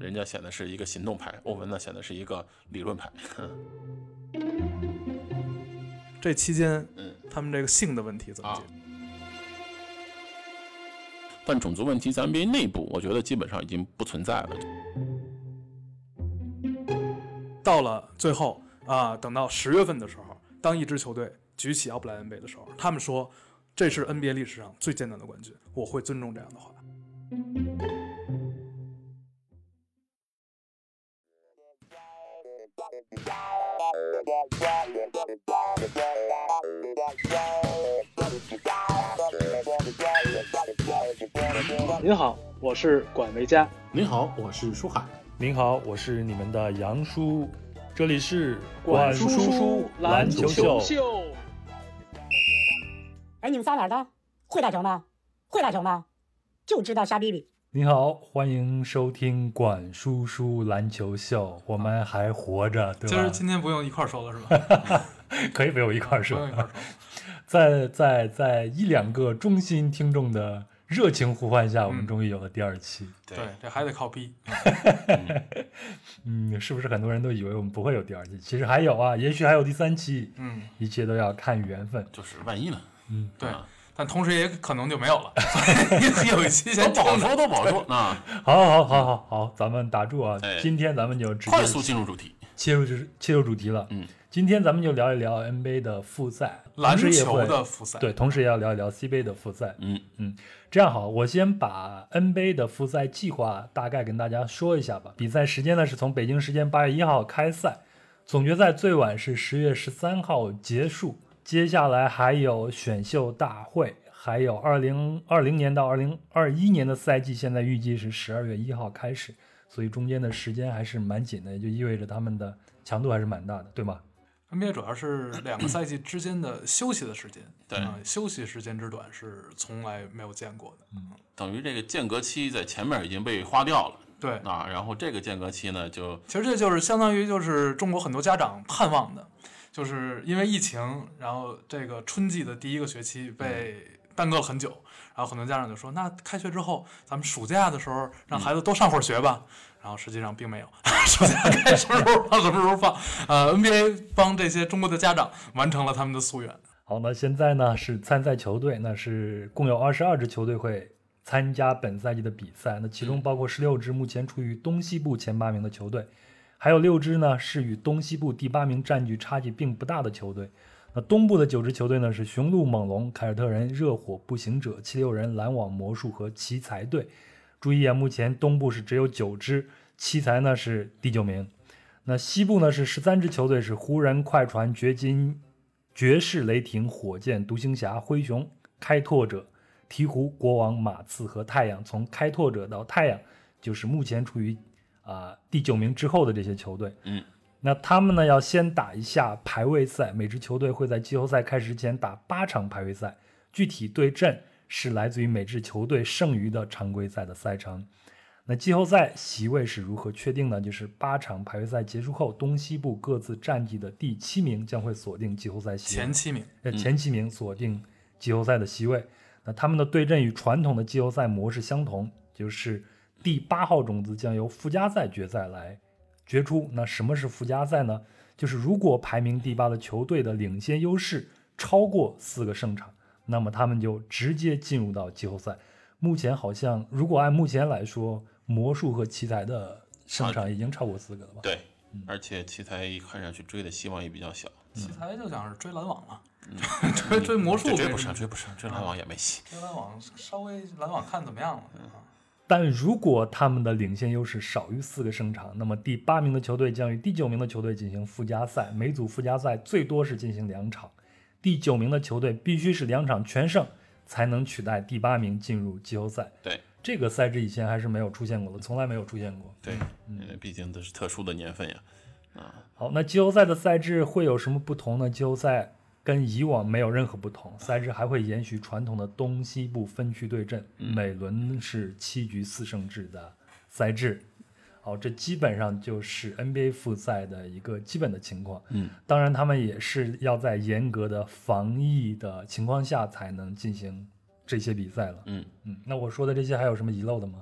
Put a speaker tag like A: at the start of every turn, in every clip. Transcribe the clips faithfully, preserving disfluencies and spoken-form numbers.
A: 人家显得是一个行动派，欧文呢显得是一个理论派。
B: 这期间，
A: 嗯，
B: 他们这个性的问题怎么解决？
A: 啊但种族问题在 N B A 内部，我觉得基本上已经不存在了。
B: 到了最后啊、呃，等到十月份的时候，当一支球队举起奥布莱恩杯的时候，他们说这是 N B A 历史上最艰难的冠军，我会尊重这样的话。您好，我是管维佳。
A: 您好，我是舒海。
C: 您好，我是你们的杨叔，这里是
B: 管
C: 叔
B: 叔
C: 篮球秀。
D: 哎，你们仨哪儿的？会打球吗？会打球吗？就知道瞎逼逼。
C: 你好，欢迎收听管叔叔篮球秀，我们还活着，对吧？
B: 今儿今天不用一块儿说了是吧？
C: 可以不用一块儿说，
B: 不用一块儿说。
C: 在在在一两个忠心听众的热情呼唤下，我们终于有了第二期。
B: 对，这还得靠逼。
C: 嗯，是不是很多人都以为我们不会有第二期？其实还有啊，也许还有第三期。
B: 嗯，
C: 一切都要看缘分。
A: 就是万一呢？
C: 嗯，
B: 对。
A: 啊
B: 但同时也可能就没有了，有一期先
A: 都不好说，都不好说啊！
C: 好，好，好，好，好，咱们打住啊！
A: 哎、
C: 今天咱们就直接
A: 快速进入主题，
C: 切入就是切入主题了。
A: 嗯，
C: 今天咱们就聊一聊 N B A 的复赛，
B: 篮球的复赛，
C: 对，同时也要聊一聊 C B A 的复赛。
A: 嗯
C: 嗯，这样好，我先把 N B A 的复赛计划大概跟大家说一下吧。比赛时间呢是从北京时间八月一号开赛，总决赛最晚是十月十三号结束，接下来还有选秀大会。还有二零二零年到二零二一年的赛季，现在预计是十二月一号开始，所以中间的时间还是蛮紧的，也就意味着他们的强度还是蛮大的，对吗
B: ？N B A 主要是两个赛季之间的休息的时间，
A: 对、
B: 嗯，休息时间之短是从来没有见过的。
A: 嗯，等于这个间隔期在前面已经被花掉了。
B: 对
A: 啊，然后这个间隔期呢，就
B: 其实这就是相当于就是中国很多家长盼望的，就是因为疫情，然后这个春季的第一个学期被耽搁了很久，然后很多家长就说，那开学之后咱们暑假的时候让孩子多上会儿学吧、嗯、然后实际上并没有，暑假该什么时候放什么时候放。呃 N B A 帮这些中国的家长完成了他们的夙愿。
C: 好，那现在呢是参赛球队，那是共有二十二支球队会参加本赛季的比赛，那其中包括十六支目前处于东西部前八名的球队，还有六支呢是与东西部第八名占据差距并不大的球队。那东部的九支球队呢是雄鹿、猛龙、凯尔特人、热火、步行者、七六人、篮网、魔术和奇才队。注意啊，目前东部是只有九支，奇才呢是第九名。那西部呢是十三支球队，是湖人、快船、掘金、爵士、雷霆、火箭、独行侠、灰熊、开拓者、鹈鹕、国王、马刺和太阳。从开拓者到太阳，就是目前处于啊、呃、第九名之后的这些球队。
A: 嗯。
C: 那他们呢要先打一下排位赛，每支球队会在季后赛开始之前打八场排位赛，具体对阵是来自于每支球队剩余的常规赛的赛程。那季后赛席位是如何确定呢？就是八场排位赛结束后，东西部各自战绩的第七名将会锁定季后赛席位，
B: 前七名，
C: 呃，前七名锁定季后赛的席位。嗯、那他们的对阵与传统的季后赛模式相同，就是第八号种子将由附加赛决赛来决出。那什么是附加赛呢？就是如果排名第八的球队的领先优势超过四个胜场，那么他们就直接进入到季后赛。目前好像如果按目前来说，魔术和奇才的胜场已经超过四个了吧？
A: 对，嗯、而且奇才看上去追的希望也比较小。
B: 奇才就想是追篮网了，
A: 嗯、
B: 追追魔术
A: 追不上，追不上，追篮网也没戏。
B: 追篮网稍微篮网看怎么样了？嗯
C: 但如果他们的领先优势少于四个胜场，那么第八名的球队将与第九名的球队进行附加赛，每组附加赛最多是进行两场，第九名的球队必须是两场全胜才能取代第八名进入季后赛。
A: 对，
C: 这个赛制以前还是没有出现过的，从来没有出现过。
A: 对，嗯，毕竟都是特殊的年份呀。啊，
C: 好，那季后赛的赛制会有什么不同呢？季后赛跟以往没有任何不同，赛制还会延续传统的东西部分区对阵，
A: 嗯、
C: 每轮是七局四胜制的赛制。好，这基本上就是 N B A 复赛的一个基本的情况。
A: 嗯，
C: 当然他们也是要在严格的防疫的情况下才能进行这些比赛了。
A: 嗯
C: 嗯，那我说的这些还有什么遗漏的吗？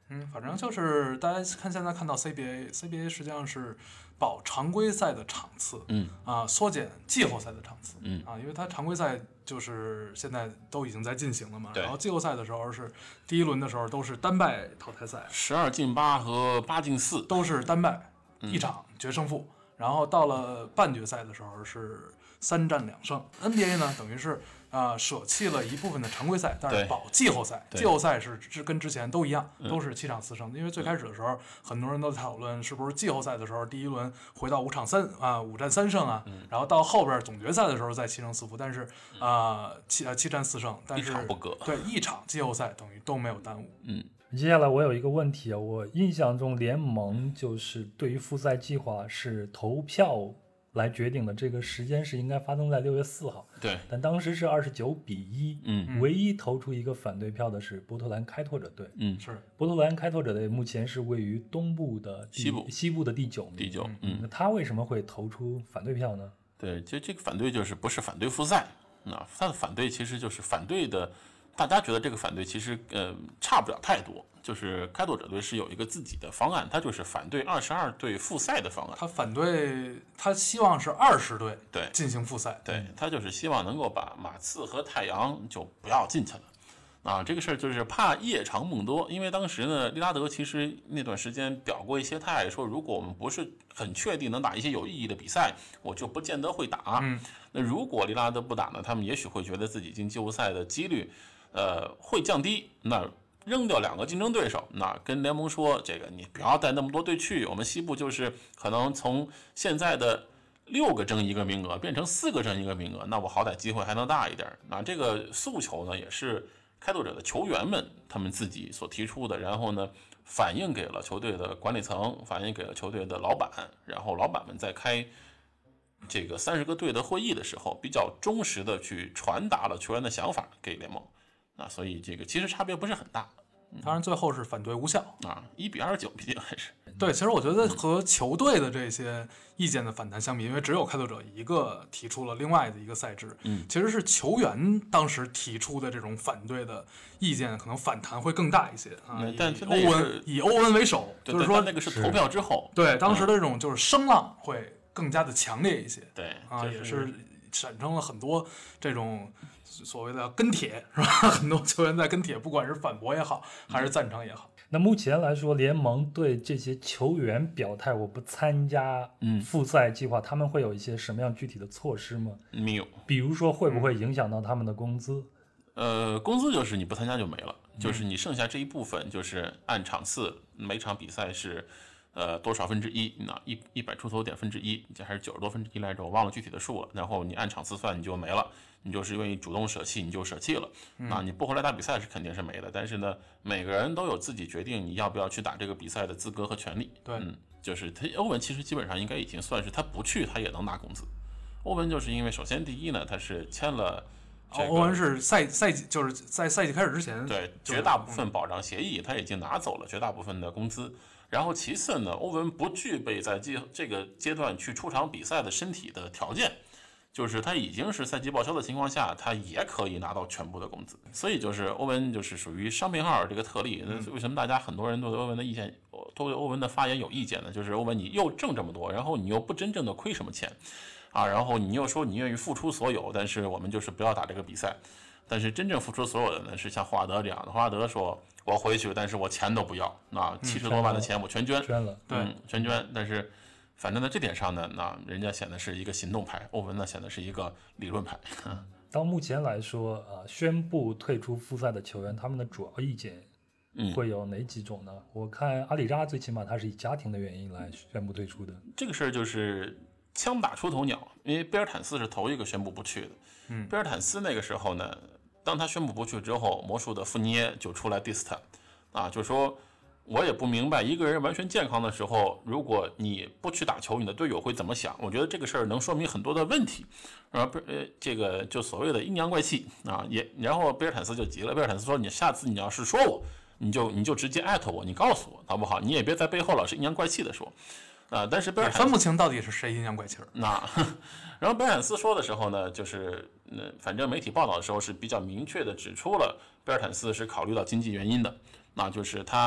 B: 嗯，反正就是大家看现在看到 C B A，C B A 实际上是保常规赛的场次，
A: 嗯
B: 啊，缩减季后赛的场次，
A: 嗯
B: 啊，因为它常规赛就是现在都已经在进行了嘛，
A: 对
B: 然后季后赛的时候是第一轮的时候都是单败淘汰赛，
A: 十二进八和八进四
B: 都是单败，
A: 嗯
B: 一场决胜负，然后到了半决赛的时候是三战两胜。N B A 呢，等于是啊、呃、舍弃了一部分的常规赛，但是
A: 对
B: 保季后赛。
A: 对
B: 季后赛是是跟之前都一样，
A: 嗯
B: 都是七场四胜。因为最开始的时候，很多人都在讨论是不是季后赛的时候第一轮回到五场三啊、五战三胜啊，
A: 嗯
B: 然后到后边总决赛的时候再七胜四负，但是啊、呃、七呃七战四胜，但
A: 一
B: 是
A: 场不隔。
B: 对一场季后赛等于都没有耽误。
A: 嗯，
C: 接下来我有一个问题啊，我印象中联盟就是对于复赛计划是投票来决定的，这个时间是应该发生在六月四号，
A: 对，
C: 但当时是二十九比一，
A: 嗯
C: 唯一投出一个反对票的是波特兰开拓者队。
A: 嗯，
B: 是
C: 波特兰开拓者队目前是位于东部的第
A: 西部
C: 西部的第九名。
A: 第九，
C: 那
A: 嗯，
C: 他为什么会投出反对票呢？
A: 对，就这个反对就是不是反对复赛，那他的反对其实就是反对的，大家觉得这个反对其实呃差不了太多，就是开拓者队是有一个自己的方案，他就是反对二十二队复赛的方案。
B: 他反对，他希望是二十队
A: 对
B: 进行复赛。
A: 对，他就是希望能够把马刺和太阳就不要进去了。啊，这个事儿就是怕夜长梦多，因为当时呢，利拉德其实那段时间表过一些态，说如果我们不是很确定能打一些有意义的比赛，我就不见得会打。
B: 嗯，
A: 那如果利拉德不打呢，他们也许会觉得自己进季后赛的几率，呃，会降低。那扔掉两个竞争对手，那跟联盟说，这个你不要带那么多队去，我们西部就是可能从现在的六个争一个名额变成四个争一个名额，那我好歹机会还能大一点。那这个诉求呢，也是开拓者的球员们他们自己所提出的，然后呢反映给了球队的管理层，反映给了球队的老板，然后老板们在开这个三十个队的会议的时候，比较忠实的去传达了球员的想法给联盟。那所以这个其实差别不是很大
B: 当然最后是反对无效。
A: 啊，一比二十九，毕竟还是
B: 对，其实我觉得和球队的这些意见的反弹相比，因为只有开拓者一个提出了另外的一个赛制，
A: 嗯，
B: 其实是球员当时提出的这种反对的意见，可能反弹会更大一些啊。
A: 嗯但
B: 以欧
A: 是那也是
B: 文以欧文为首，
A: 对
B: 就是说
A: 但那个是投票之后，
B: 对当时的这种就是声浪会更加的强烈一些。
A: 对
B: 啊，
A: 就
B: 也是产生了很多这种所谓的跟帖，是吧？很多球员在跟帖，不管是反驳也好，还是赞成也好。
C: 那目前来说，联盟对这些球员表态我不参加
A: 嗯
C: 复赛计划，他们会有一些什么样具体的措施吗？
A: 没有。
C: 比如说会不会影响到他们的工资？
A: 呃，工资就是你不参加就没了，就是你剩下这一部分就是按场次，每场比赛是呃多少分之一，那一一百出头点分之一，这还是九十多分之一来着，我忘了具体的数了。然后你按场次算，你就没了，你就是愿意主动舍弃，你就舍弃了。那你不回来打比赛是肯定是没的，但是呢，每个人都有自己决定你要不要去打这个比赛的资格和权利。
B: 对，
A: 嗯，就是他欧文其实基本上应该已经算是他不去他也能拿工资。欧文就是因为首先第一呢，他是签了。这个
B: 欧文是赛赛季就是在赛季开始之前，
A: 对
B: 就是
A: 绝大部分保障协议，他已经拿走了绝大部分的工资。然后其次呢，欧文不具备在这这个阶段去出场比赛的身体的条件，就是他已经是赛季报销的情况下，他也可以拿到全部的工资。所以就是欧文就是属于伤病号这个特例。那为什么大家很多人都对欧文的意见，都对欧文的发言有意见呢？就是欧文你又挣这么多，然后你又不真正的亏什么钱。啊，然后你又说你愿意付出所有，但是我们就是不要打这个比赛。但是真正付出所有的呢，是像霍华德这样的。霍华德说：“我回去，但是我钱都不要，那七十多万的钱我全捐，
C: 捐了。
B: 对
A: 嗯，全捐。但是，反正在这点上呢，那人家显得是一个行动派，欧文呢显得是一个理论派。
C: 到目前来说，呃，宣布退出复赛的球员，他们的主要意见
A: 嗯
C: 会有哪几种呢？我看阿里扎最起码他是以家庭的原因来宣布退出的。
A: 这个事儿就是枪打出头鸟，因为贝尔坦斯是头一个宣布不去的。
B: 嗯，
A: 贝尔坦斯那个时候呢，当他宣布不去之后，魔术的富尼耶就出来 diss 他，啊，就说我也不明白一个人完全健康的时候，如果你不去打球，你的队友会怎么想？我觉得这个事儿能说明很多的问题，然后呃，这个就所谓的阴阳怪气啊，也然后贝尔坦斯就急了，贝尔坦斯说你下次你要是说我，你就你就直接艾特我，你告诉我好不好？你也别在背后老是阴阳怪气的说。啊、呃，但是贝尔坦斯
B: 分不清到底是谁阴阳怪气儿。
A: 那，然后贝尔坦斯说的时候呢，就是呃，反正媒体报道的时候是比较明确的指出了贝尔坦斯是考虑到经济原因的，那就是他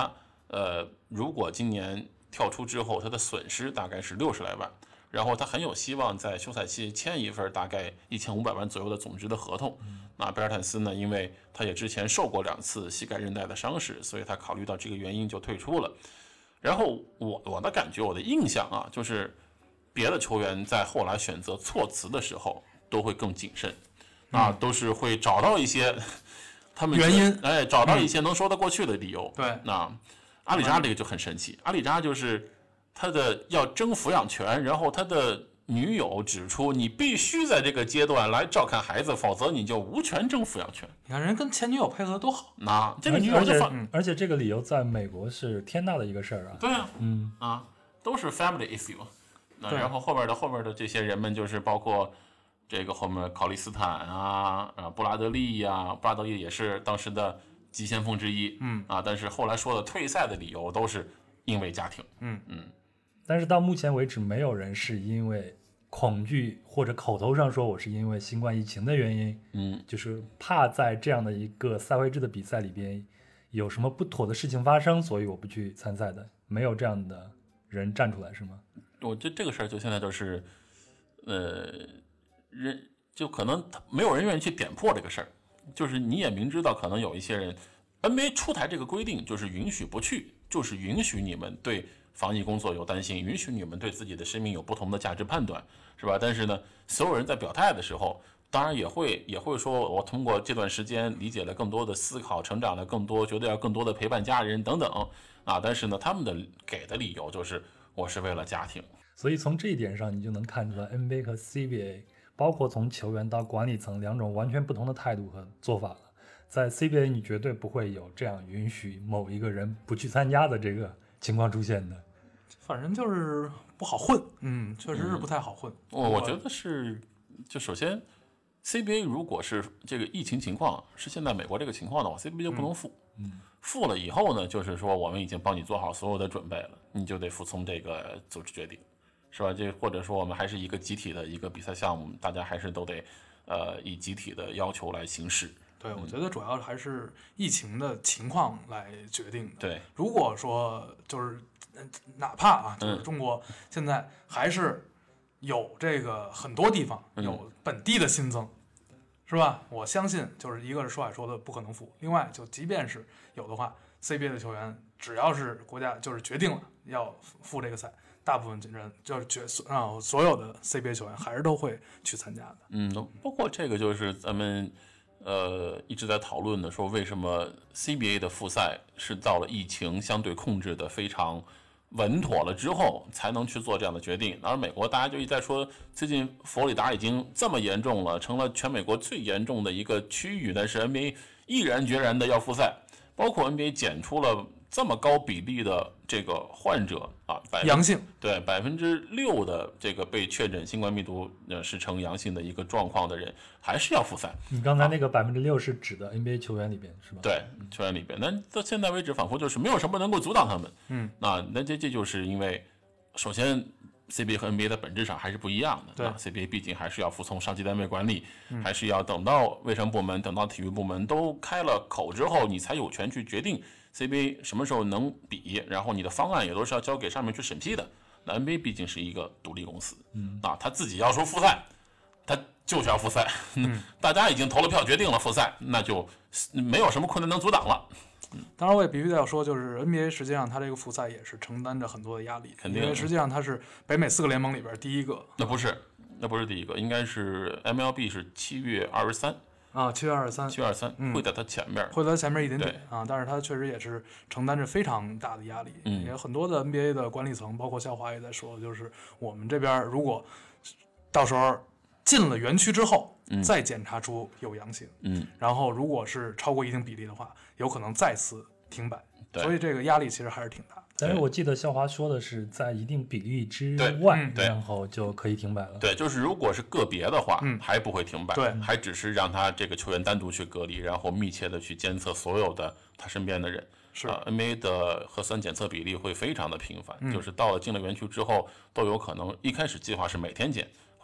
A: 呃，如果今年跳出之后，他的损失大概是六十来万，然后他很有希望在休赛期签一份大概一千五百万左右的总值的合同。那贝尔坦斯呢，因为他也之前受过两次膝盖韧带的伤势，所以他考虑到这个原因就退出了。然后我我的感觉，我的印象啊，就是别的球员在后来选择措辞的时候都会更谨慎，啊，都是会找到一些他们
B: 原因，
A: 哎，找到一些能说得过去的理由。
B: 对，
A: 那阿里扎这个就很神奇，阿里扎就是他的要争抚养权，然后他的女友指出，你必须在这个阶段来照看孩子，否则你就无权争抚养权。
B: 你看人跟前女友配合多好，
A: 那这个女友
C: 而且
A: 就放，
C: 而且这个理由在美国是天大的一个事儿啊。
A: 对啊，
C: 嗯
A: 啊，都是 family issue。那
B: 对
A: 然后后边的后边的这些人们，就是包括这个后面考利斯坦啊，啊布拉德利呀、啊，布拉德利也是当时的急先锋之一，
B: 嗯
A: 啊，但是后来说的退赛的理由都是因为家庭，
B: 嗯
A: 嗯。
C: 但是到目前为止，没有人是因为恐惧或者口头上说我是因为新冠疫情的原因，
A: 嗯，
C: 就是怕在这样的一个赛会制的比赛里边有什么不妥的事情发生，所以我不去参赛的。没有这样的人站出来是吗？
A: 我觉得这个事儿就现在就是，呃，人就可能没有人愿意去点破这个事儿，就是你也明知道可能有一些人 ，N B A 出台这个规定就是允许不去，就是允许你们对防疫工作有担心，允许你们对自己的生命有不同的价值判断，是吧？但是呢，所有人在表态的时候，当然也会也会说，我通过这段时间理解了更多的思考，成长了更多，觉得要更多的陪伴家人等等啊。但是呢，他们的给的理由就是我是为了家庭。
C: 所以从这一点上，你就能看出来 N B A 和 C B A， 包括从球员到管理层两种完全不同的态度和做法了。在 C B A， 你绝对不会有这样允许某一个人不去参加的这个情况出现的。
B: 反正就是不好混，嗯，确实是不太好混。
A: 我、嗯、我觉得是，就首先 C B A 如果是这个疫情情况是现在美国这个情况的话 ，C B A 就不能付。
C: 嗯，
A: 付了以后呢，就是说我们已经帮你做好所有的准备了，你就得服从这个组织决定，是吧？这或者说我们还是一个集体的一个比赛项目，大家还是都得呃以集体的要求来行事。
B: 对，我觉得主要还是疫情的情况来决定的。
A: 对，
B: 如果说就是哪怕啊，就是中国现在还是有这个很多地方有本地的新增，嗯、是吧？我相信就是一个是说海说的不可能付，另外就即便是有的话 ，C B A 的球员只要是国家就是决定了要付这个赛，大部分人就是决啊所有的 C B A 球员还是都会去参加的。
A: 嗯，包括这个就是咱们。呃，一直在讨论的说，为什么 C B A 的复赛是到了疫情相对控制的非常稳妥了之后，才能去做这样的决定。而美国大家就一直在说，最近佛罗里达已经这么严重了，成了全美国最严重的一个区域，但是 N B A 毅然决然的要复赛，包括 N B A 检出了这么高比例的这个患者啊，
B: 阳性，
A: 对百分之六的这个被确诊新冠病毒呃是呈阳性的一个状况的人，还是要复赛。
C: 你刚才那个百分之六是指的 N B A 球员里边是吧？
A: 对，球员里边，那到现在为止，仿佛就是没有什么能够阻挡他们。
B: 嗯，
A: 那那这这就是因为，首先 C B A 和 N B A 的本质上还是不一样的。
B: 对
A: ，C B A 毕竟还是要服从上级单位管理，
B: 嗯、
A: 还是要等到卫生部门、等到体育部门都开了口之后，你才有权去决定 C B A 什么时候能比，然后你的方案也都是要交给上面去审批的。那 N B A 毕竟是一个独立公司，
C: 嗯，
A: 啊，他自己要说复赛，他就是要复赛，
B: 嗯、
A: 大家已经投了票决定了复赛，那就没有什么困难能阻挡了。
B: 当然，我也必须得要说，就是 N B A 实际上它这个复赛也是承担着很多的压力，
A: 肯定，
B: 因为实际上它是北美四个联盟里边第一个。
A: 那不是，那不是第一个，应该是 M L B 是七月二十三
B: 啊，七月二十三，
A: 七月二十三会在它前面，
B: 会在它前面一点点啊，但是它确实也是承担着非常大的压力。
A: 嗯，
B: 也很多的 N B A 的管理层，包括校华也在说，就是我们这边如果到时候进了园区之后，
A: 嗯、
B: 再检查出有阳性，
A: 嗯，
B: 然后如果是超过一定比例的话，有可能再次停摆，所以这个压力其实还是挺大的。
C: 但是我记得校华说的是在一定比例之外，然后就可以停摆了。
A: 对，就是如果是个别的话，
B: 嗯、
A: 还不会停摆，
B: 对，
A: 还只是让他这个球员单独去隔离，然后密切的去监测所有的他身边的人。
B: 是、
A: 呃、N B A 的核酸检测比例会非常的频繁，
B: 嗯、
A: 就是到了进了园区之后，都有可能一开始计划是每天检。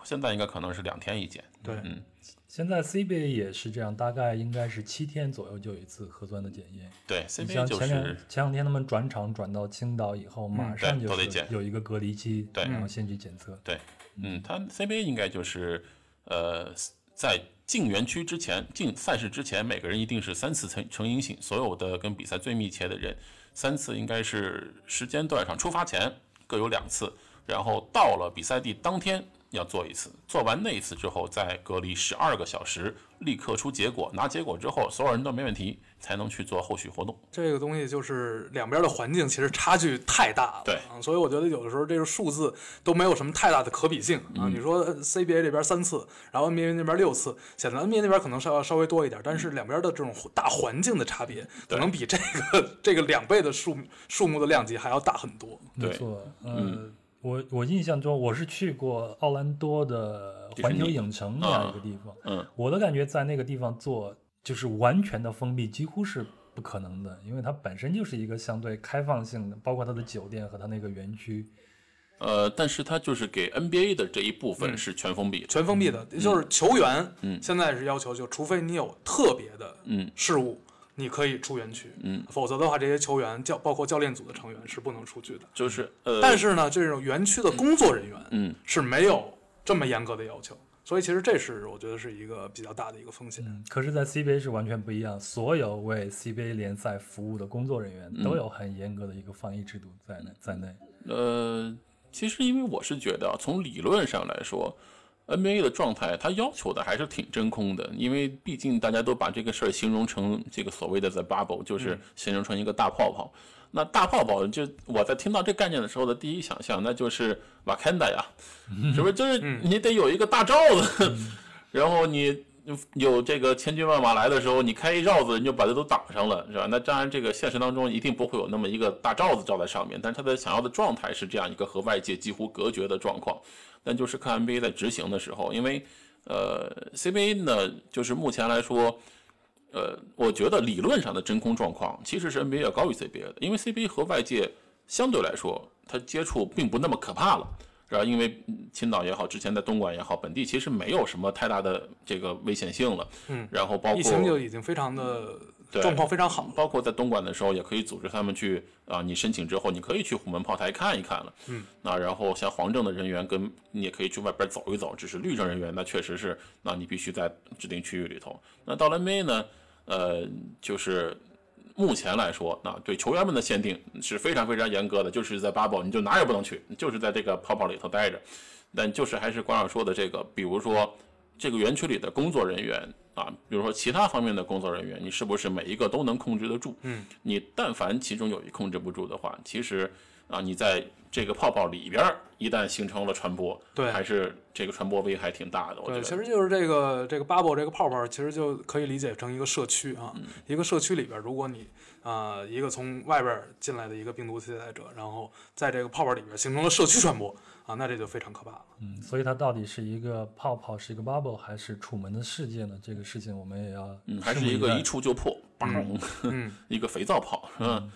A: 现在应该可能是两天一检。
B: 对，
A: 嗯，
C: 现在 C B A 也是这样，大概应该是七天左右就有一次核酸的检验。
A: 对，C B A
C: 像
A: 就是
C: 前两前两天他们转场转到青岛以后，马上就是
A: 对都得检
C: 有一个隔离期，
A: 对
C: 然后先去检测。
A: 对，嗯，他 C B A 应该就是呃在进园区之前，进赛事之前，每个人一定是三次呈呈阴性，所有的跟比赛最密切的人，三次应该是时间段上出发前各有两次，然后到了比赛地当天要做一次，做完那一次之后再隔离十二个小时，立刻出结果，拿结果之后所有人都没问题，才能去做后续活动。
B: 这个东西就是两边的环境其实差距太大了，
A: 对、
B: 啊，所以我觉得有的时候这个数字都没有什么太大的可比性啊。
A: 嗯、
B: 你说 C B A 这边三次，然后 N B A 那边六次，显得 N B A 那边可能稍要稍微多一点，但是两边的这种大环境的差别，可能比这个这个两倍的数数目的量级还要大很多。
C: 没错，呃。
A: 嗯
C: 我我印象中我是去过奥兰多的环球影城那样一个地方，
A: 嗯，
C: 我的感觉在那个地方做就是完全的封闭几乎是不可能的，因为它本身就是一个相对开放性的，包括它的酒店和它那个园区。
A: 呃，但是它就是给 N B A 的这一部分是全封闭的，
B: 全封闭的，就是球员，
A: 嗯，
B: 现在是要求就除非你有特别的
A: 嗯
B: 事务。你可以出园区，
A: 嗯，
B: 否则的话，这些球员教包括教练组的成员是不能出去的。
A: 就是呃，
B: 但是呢，这种园区的工作人员，
A: 嗯，
B: 是没有这么严格的要求，所以其实这是我觉得是一个比较大的一个风险。
C: 嗯，可是，在 C B A 是完全不一样，所有为 C B A 联赛服务的工作人员都有很严格的一个防疫制度在内。在内，
A: 呃，其实因为我是觉得，从理论上来说。N B A 的状态，它要求的还是挺真空的，因为毕竟大家都把这个事儿形容成这个所谓的 the bubble， 就是形容成一个大泡泡。嗯、那大泡泡，就我在听到这概念的时候的第一想象，那就是瓦坎达呀，是不是？就是你得有一个大罩子，嗯、然后你有这个千军万马来的时候，你开一罩子，你就把它都挡上了，是吧？那当然，这个现实当中一定不会有那么一个大罩子罩在上面，但是它的想要的状态是这样一个和外界几乎隔绝的状况。但就是看 N B A 在执行的时候，因为呃 C B A 呢，就是目前来说，呃，我觉得理论上的真空状况其实是 N B A 要高于 C B A 的，因为 C B A 和外界相对来说，它接触并不那么可怕了，是吧？因为青岛也好，之前在东莞也好，本地其实没有什么太大的这个危险性了，
B: 嗯，
A: 然后包括
B: 疫情就已经非常的。状况非常好，
A: 包括在东莞的时候，也可以组织他们去啊、呃，你申请之后，你可以去虎门炮台看一看了。
B: 嗯，
A: 那然后像黄证的人员跟你也可以去外边走一走，只是绿证人员那确实是，那你必须在指定区域里头。那到了 N B A 呢，呃，就是目前来说，那对球员们的限定是非常非常严格的，就是在 bubble 你就哪也不能去，你就是在这个泡泡里头待着。但就是还是馆长说的这个，比如说这个园区里的工作人员。啊，比如说其他方面的工作人员，你是不是每一个都能控制得住？
B: 嗯，
A: 你但凡其中有一控制不住的话，其实啊，你在这个泡泡里边一旦形成了传播，
B: 对，
A: 还是这个传播危害挺大的。我觉得，
B: 对，其实就是这个这个 bubble 这个泡泡，其实就可以理解成一个社区啊，
A: 嗯、
B: 一个社区里边，如果你啊、呃、一个从外边进来的一个病毒携带者，然后在这个泡泡里边形成了社区传播啊，那这就非常可怕了。
C: 嗯，所以它到底是一个泡泡，是一个 bubble， 还是楚门的世界呢？这个事情我们也要，
A: 嗯，还是一个一触就破，
B: 嗯，嗯
A: 一个肥皂泡，嗯。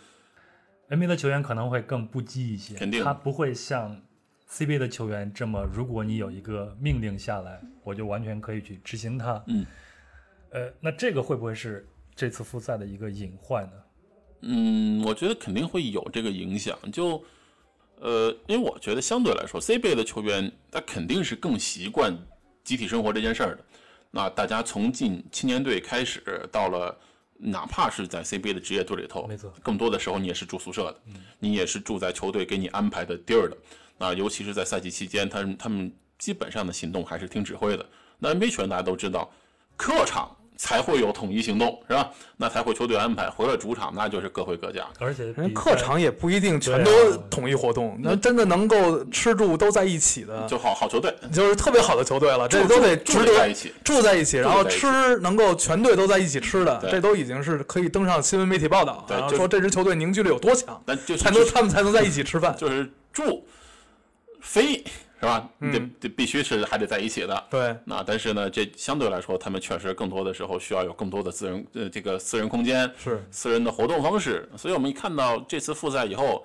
C: N B A 的球员可能会更不羁一些，
A: 肯定，
C: 他不会像 C B A 的球员这么，如果你有一个命令下来，我就完全可以去执行它。
A: 嗯，
C: 呃，那这个会不会是这次复赛的一个隐患呢？
A: 嗯，我觉得肯定会有这个影响。就，呃，因为我觉得相对来说 ，C B A 的球员他肯定是更习惯集体生活这件事儿的。那大家从进青年队开始，到了。哪怕是在 C B A 的职业队里头，
C: 没错，
A: 更多的时候你也是住宿舍的，
C: 嗯、
A: 你也是住在球队给你安排的地儿的。那尤其是在赛季期间，他们他们基本上的行动还是听指挥的。那 N B A 球员大家都知道，客场才会有统一行动，是吧？那才会球队安排。回了主场，那就是各回各家。
C: 而且
B: 人客场也不一定全都统一活动，那真的能够吃住都在一起的，
A: 就好好球队，
B: 就是特别好的球队了。这都得
A: 住在一起，
B: 住在一起，然后吃能够全队都在一起吃的，这都已经是可以登上新闻媒体报道，然后说这支球队凝聚力有多强，才能他们才能在一起吃饭。
A: 就是住飞。是吧？你得得必须是还得在一起的。
B: 对。
A: 那但是呢，这相对来说，他们确实更多的时候需要有更多的私人呃这个私人空间，
B: 是
A: 私人的活动方式。所以我们一看到这次复赛以后，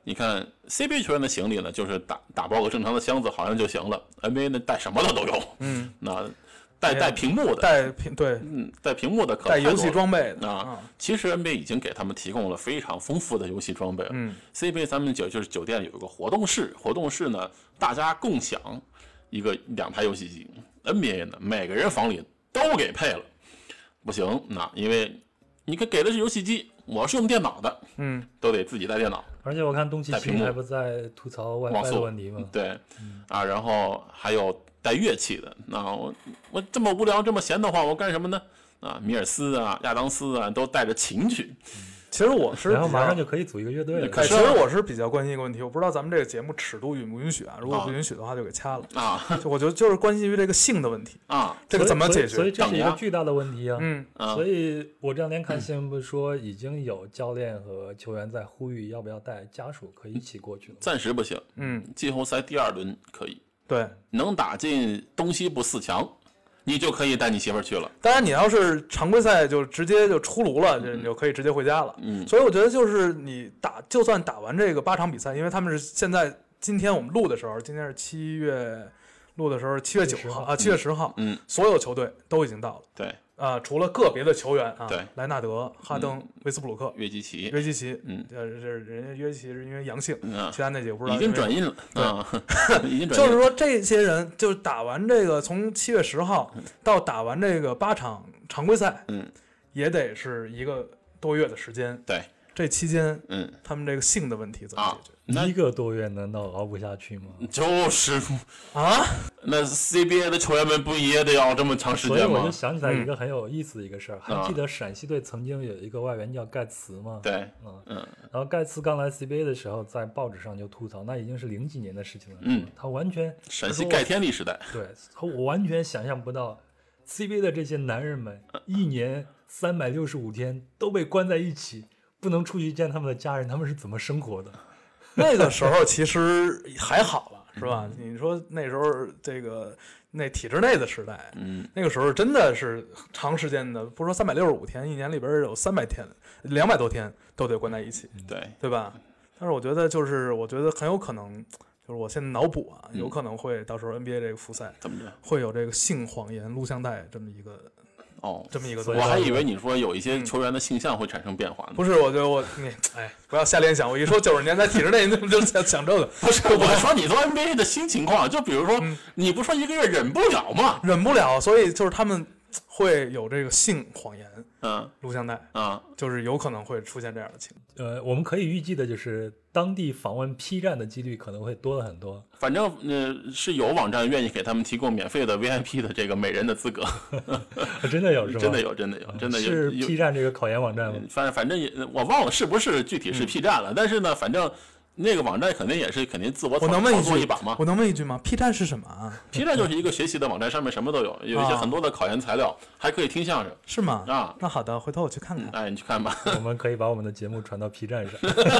A: 你看 C B A 球员的行李呢，就是打打包个正常的箱子好像就行了 ，N B A 呢带什么的都有，
B: 嗯，
A: 那带带屏幕的，
B: 带屏对，
A: 嗯，带屏幕的可
B: 带游戏装备的
A: 啊。其实 N B A 已经给他们提供了非常丰富的游戏装备了。
B: 嗯
A: ，C B A 咱们酒就是酒店有一个活动室，活动室呢大家共享一个两台游戏机。N B A 呢每个人房里都给配了，不行，那因为你给给的是游戏机，我是用电脑的，
B: 嗯，
A: 都得自己带电脑。
C: 而且我看东契奇还不在吐槽 WiFi 的问题吗？
A: 对，啊，然后还有带乐器的。那我我这么无聊这么闲的话，我干什么呢？啊，米尔斯啊、亚当斯啊都带着琴去。
B: 其实我是，
C: 然后马上就可以组一个乐队了。
B: 其实我是比较关心一个问题，我不知道咱们这个节目尺度允不允许啊？如果不允许的话，就给掐了
A: 啊。
B: 就我觉得就是关心于这个性的问题
A: 啊，
B: 这个怎么解决？
C: 所以这是一个巨大的问题啊。
B: 嗯，
C: 所以我这两天看新闻不是说已经有教练和球员在呼吁要不要带家属可以一起过去了？
A: 暂时不行。
B: 嗯，
A: 季后赛第二轮可以。
B: 对，
A: 能打进东西部四强。你就可以带你媳妇儿去了。
B: 当然，你要是常规赛就直接就出炉了，嗯、你就可以直接回家了。
A: 嗯，
B: 所以我觉得就是你打，就算打完这个八场比赛，因为他们是现在今天我们录的时候，今天是七月录的时候，七月九号啊，七月十号，
A: 嗯，
B: 所有球队都已经到了。
A: 对。
B: 啊、呃，除了个别的球员啊，
A: 对，
B: 莱纳德、哈登、嗯、威斯布鲁克、
A: 约基奇、
B: 约基奇，
A: 嗯，
B: 呃，这人家约基奇是因为阳性，
A: 嗯、
B: 其他那几个不知道
A: 已经转印了，啊，已经转印了。
B: 就是说，这些人就打完这个，从七月十号到打完这个八场常规赛，
A: 嗯，
B: 也得是一个多月的时间。
A: 对，
B: 这期间，
A: 嗯，
B: 他们这个性的问题怎么解决？
C: 啊、一个多月难道熬不下去吗？
A: 就是
B: 啊，
A: 那 C B A 的球员们不也得要这么长时间吗？
C: 所以我就想起来一个很有意思的一个事儿，
A: 嗯、
C: 还记得陕西队曾经有一个外援叫盖茨吗？
A: 对，
C: 嗯
A: 嗯，
C: 然后盖茨刚来 C B A 的时候，在报纸上就吐槽，那已经是零几年的事情了。
A: 嗯，
C: 他完全
A: 陕西盖天力时代，
C: 对，我完全想象不到 C B A 的这些男人们一年三百六十五天都被关在一起，不能出去见他们的家人，他们是怎么生活的？
B: 那个时候其实还好了，是吧？你说那时候这个那体制内的时代，
A: 嗯，
B: 那个时候真的是长时间的，不是说三百六十五天，一年里边有三百天、两百多天都得关在一起，
A: 对
B: 对吧？但是我觉得就是我觉得很有可能，就是我现在脑补啊，有可能会到时候 N B A 这个复赛
A: 怎么着
B: 会有这个性谎言录像带这么一个。
A: 哦，
B: 这么一个东西，
A: 我还以为你说有一些球员的性向会产生变化呢。
B: 不是，我觉得我你哎，不要瞎联想。我一说九十年代体制内，你怎么就想想这个？
A: 不是，我说你做 N B A 的新情况，就比如说，嗯、你不说一个月忍不了吗？
B: 忍不了，所以就是他们会有这个性谎言，
A: 嗯，
B: 录像带，
A: 嗯，
B: 就是有可能会出现这样的情况。
C: 呃，我们可以预计的就是当地访问 P 站的几率可能会多了很多。
A: 反正呃是有网站愿意给他们提供免费的 V I P 的这个美人的资格，
C: 真的有是吧？
A: 真的有，真的有，真的有。
C: 是 P 站这个考研网站吗？
A: 反正反正也我忘了是不是具体是 P 站了，嗯、但是呢，反正。那个网站肯定也是肯定自我
B: 我能问
A: 操作一把吗？
B: 我能问一句吗 ？P 站是什么啊
A: ？P 站就是一个学习的网站，上面什么都有，有一些很多的考研材料，啊、还可以听相声。
B: 是吗？
A: 啊，
B: 那好的，回头我去看看。
A: 嗯、哎，你去看吧。
C: 我们可以把我们的节目传到 P 站上。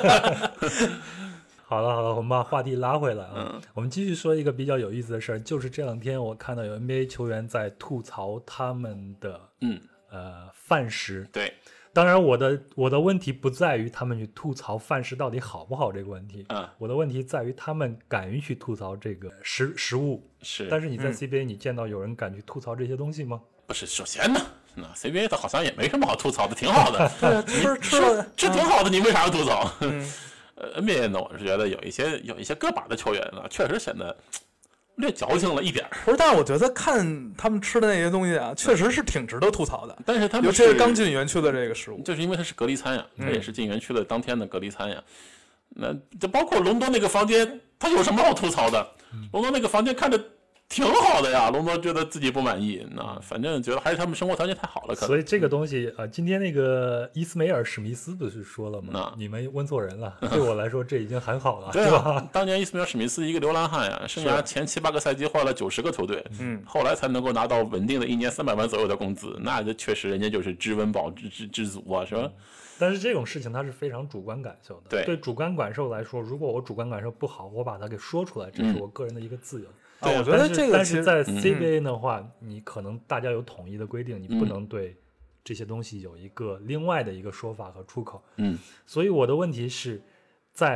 C: 好了好了，我们把话题拉回来啊，
A: 嗯、
C: 我们继续说一个比较有意思的事儿，就是这两天我看到有 N B A 球员在吐槽他们的
A: 嗯
C: 呃饭食。
A: 对。
C: 当然我的我的问题不在于他们去吐槽饭食到底好不好这个问题，
A: 嗯，
C: 我的问题在于他们敢于去吐槽这个食食物。
A: 是，
C: 但是你在 C B A
B: 嗯
C: 你见到有人敢去吐槽这些东西吗？
A: 不是，首先呢，那 C B A 它好像也没什么好吐槽的，挺好的。
B: 对，吃吃了
A: 这挺好的，你为啥要吐槽？
B: 嗯，
A: 呃 ，N B A 呢，我是觉得有一些有一些个把的球员呢，确实显得略矫情了一点。
B: 不是，但是我觉得看他们吃的那些东西啊，确实是挺值得吐槽的。
A: 但是他们
B: 尤其是刚进园区的这个食物，
A: 就是因为它是隔离餐呀，
B: 嗯、
A: 它也是进园区的当天的隔离餐呀。那这包括隆多那个房间，他有什么好吐槽的？隆多那个房间看着挺好的呀，隆多觉得自己不满意，那反正觉得还是他们生活条件太好了。可能
C: 所以这个东西啊、呃，今天那个伊斯梅尔史密斯不是说了吗？
A: 那
C: 你们问错人了，对我来说这已经很好了，
A: 对
C: 吧、
A: 啊？当年伊斯梅尔史密斯一个流浪汉呀，生涯前七八个赛季换了九十个球队，
B: 嗯，
A: 后来才能够拿到稳定的一年三百万左右的工资，那这确实人家就是知温饱知知知足啊，是吧？
C: 但是这种事情它是非常主观感受的，
A: 对，
C: 对主观感受来说，如果我主观感受不好，我把它给说出来，这是我个人的一个自由。
A: 嗯
B: 啊，我觉得这个
C: 但是在
A: 嗯
C: C B A 的话，你可能大家有统一的规定，你不能对这些东西有一个另外的一个说法和出口。
A: 嗯，
C: 所以我的问题是在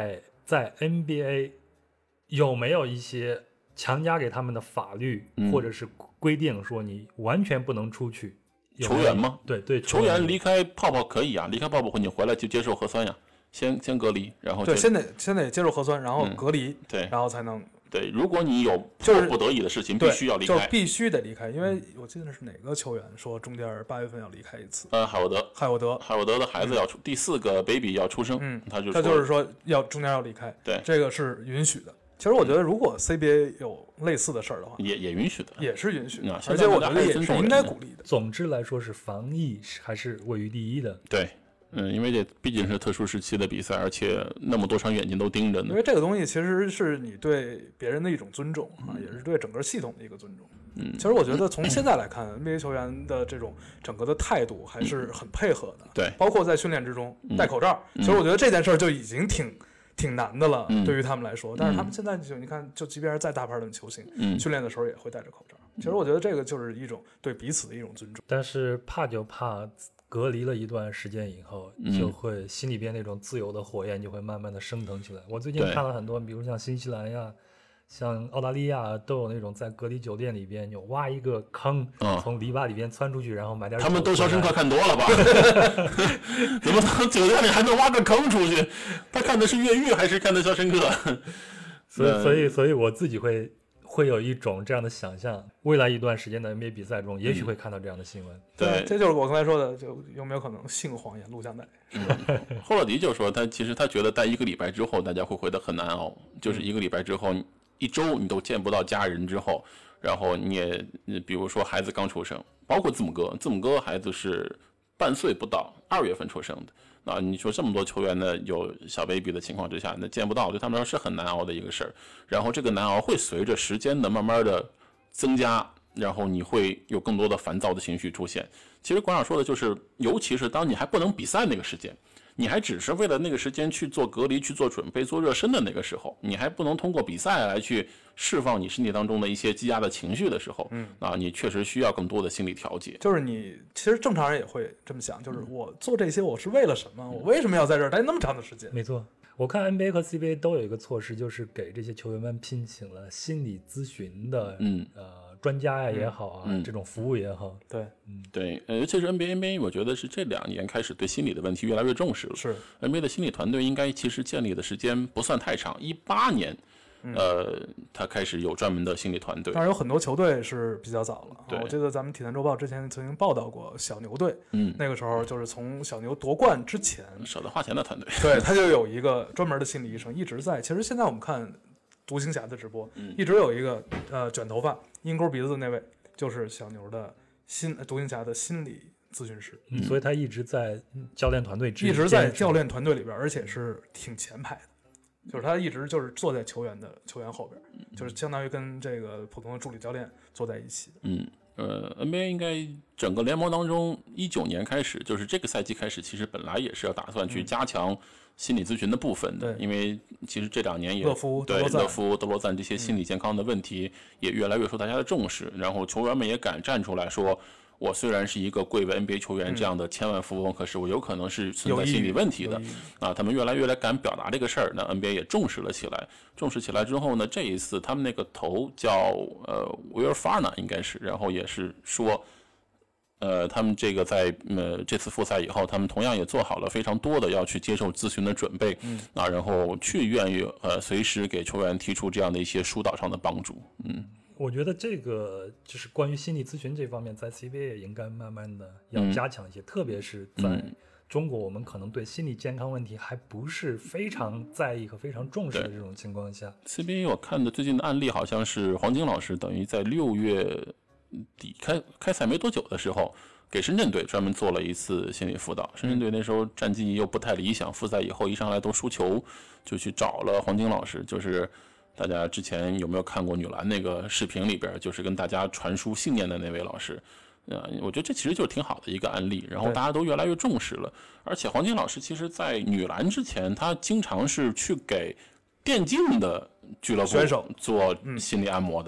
C: 在 N B A 有没有一些强加给他们的法律、
A: 嗯、
C: 或者是规定，说你完全不能出去？
A: 球员吗？
C: 对对，
A: 球员离开泡泡可以啊，离开泡泡你回来就接受核酸呀，先先隔离，然后
B: 对，先得先得接受核酸，然后隔离，
A: 嗯、对，
B: 然后才能。
A: 对，如果你有
B: 就是
A: 不得已的事情，必须要离开，
B: 就必须得离开。因为我记得是哪个球员说中间八月份要离开一次？
A: 呃，海沃德，
B: 海沃德，
A: 海沃德的孩子要出、嗯、第四个 baby 要出生，
B: 嗯，
A: 他就
B: 他就是说要中间要离开，
A: 对，
B: 这个是允许的。其实我觉得，如果 C B A 有类似的事儿的话，
A: 也也允许的，
B: 也是允许的，
A: 嗯、
B: 而且我觉得也是应该鼓励的。
C: 总之来说，是防疫还是位于第一的。
A: 对。嗯，因为这毕竟是特殊时期的比赛，而且那么多双眼睛都盯着呢。
B: 因为这个东西其实是你对别人的一种尊重啊，也是对整个系统的一个尊重。
A: 嗯，
B: 其实我觉得从现在来看 ，N B A 球员的这种整个的态度还是很配合的。
A: 对，
B: 包括在训练之中戴口罩，
A: 嗯、
B: 其实我觉得这件事儿就已经挺挺难的了，
A: 嗯、
B: 对于他们来说。但是他们现在就你看，就即便是再大牌的球星，
A: 嗯，
B: 训练的时候也会戴着口罩。其实我觉得这个就是一种对彼此的一种尊重。
C: 但是怕就怕。隔离了一段时间以后，就会心里边那种自由的火焰就会慢慢的升腾起来。我最近看了很多，比如像新西兰呀、像澳大利亚都有那种在隔离酒店里边有挖一个坑，
A: 嗯、
C: 从篱笆里边窜出去，然后买点。
A: 他们都肖申克看多了吧？怎么从酒店里还能挖个坑出去？他看的是越狱还是看的肖申克？
C: 所以，所以，所以我自己会。会有一种这样的想象，未来一段时间的 N B A 比赛中，也许会看到这样的新闻。
A: 嗯、对，
B: 这就是我刚才说的，就有没有可能性谎言录像带？
A: 嗯、霍勒迪就说，他其实他觉得待一个礼拜之后，大家会回得很难熬，就是一个礼拜之后，一周你都见不到家人之后，然后你也，比如说孩子刚出生，包括字母哥，字母哥孩子是半岁不到，二月份出生的。啊，你说这么多球员呢，有小 baby 的情况之下，那见不到，对他们来说是很难熬的一个事儿。然后这个难熬会随着时间的慢慢的增加，然后你会有更多的烦躁的情绪出现。其实馆长说的就是，尤其是当你还不能比赛那个时间，你还只是为了那个时间去做隔离、去做准备、做热身的那个时候，你还不能通过比赛来去释放你身体当中的一些积压的情绪的时候，嗯，啊，你确实需要更多的心理调节。
B: 就是你其实正常人也会这么想，就是我做这些我是为了什么？我为什么要在这儿待那么长的时间？
C: 没错，我看 N B A 和 C B A 都有一个措施，就是给这些球员们聘请了心理咨询的，嗯，呃。专家呀也好啊、嗯，这种服务也好，
B: 对，
C: 嗯，
A: 对，呃，尤其是 N B A，N B A， 我觉得是这两年开始对心理的问题越来越重视了。
B: 是
A: N B A 的心理团队应该其实建立的时间不算太长，一八年，嗯、呃，他开始有专门的心理团队。
B: 当然有很多球队是比较早了，
A: 对，
B: 我记得咱们体坛周报之前曾经报道过小牛队，
A: 嗯，
B: 那个时候就是从小牛夺冠之前，
A: 舍得花钱的团队，
B: 对，他就有一个专门的心理医生一直在。其实现在我们看独行侠的直播，
A: 嗯、
B: 一直有一个呃卷头发、鹰钩鼻子的那位。就是小牛的新独行侠的心理咨询师、
C: 嗯，所以他一直在教练团队之
B: 一直在教练团队里边，而且是挺前排的，就是他一直就是坐在球员的球员后边，就是相当于跟这个普通的助理教练坐在一起的。
A: 嗯，呃 ，N B A 应该整个联盟当中，一九年开始，就是这个赛季开始，其实本来也是要打算去加强心理咨询的部分的，
B: 对，
A: 因为其实这两年也
B: 勒夫、
A: 对勒夫、德罗赞这些心理健康的问题也越来越受大家的重视，嗯、然后球员们也敢站出来说，我虽然是一个贵为 N B A 球员这样的千万富翁，嗯、可是我有可能是存在心理问题的啊。他们越来越来敢表达这个事儿，那 N B A 也重视了起来。重视起来之后呢，这一次他们那个头叫呃 Will Farner 应该是，然后也是说。呃，他们这个在呃这次复赛以后，他们同样也做好了非常多的要去接受咨询的准备，
B: 嗯，
A: 啊，然后去愿意呃随时给球员提出这样的一些疏导上的帮助，嗯，
C: 我觉得这个就是关于心理咨询这方面，在 C B A 也应该慢慢的要加强一些，
A: 嗯、
C: 特别是在中国，我们可能对心理健康问题还不是非常在意和非常重视的这种情况下
A: ，C B A 我看的最近的案例好像是黄金老师等于在六月。底开开赛没多久的时候，给深圳队专门做了一次心理辅导。深圳队那时候战绩又不太理想，复赛以后一上来都输球，就去找了黄金老师。就是大家之前有没有看过女篮那个视频里边，就是跟大家传输信念的那位老师。呃，我觉得这其实就是挺好的一个案例，然后大家都越来越重视了。而且黄金老师其实在女篮之前，他经常是去给电竞的俱乐部做心理按摩的。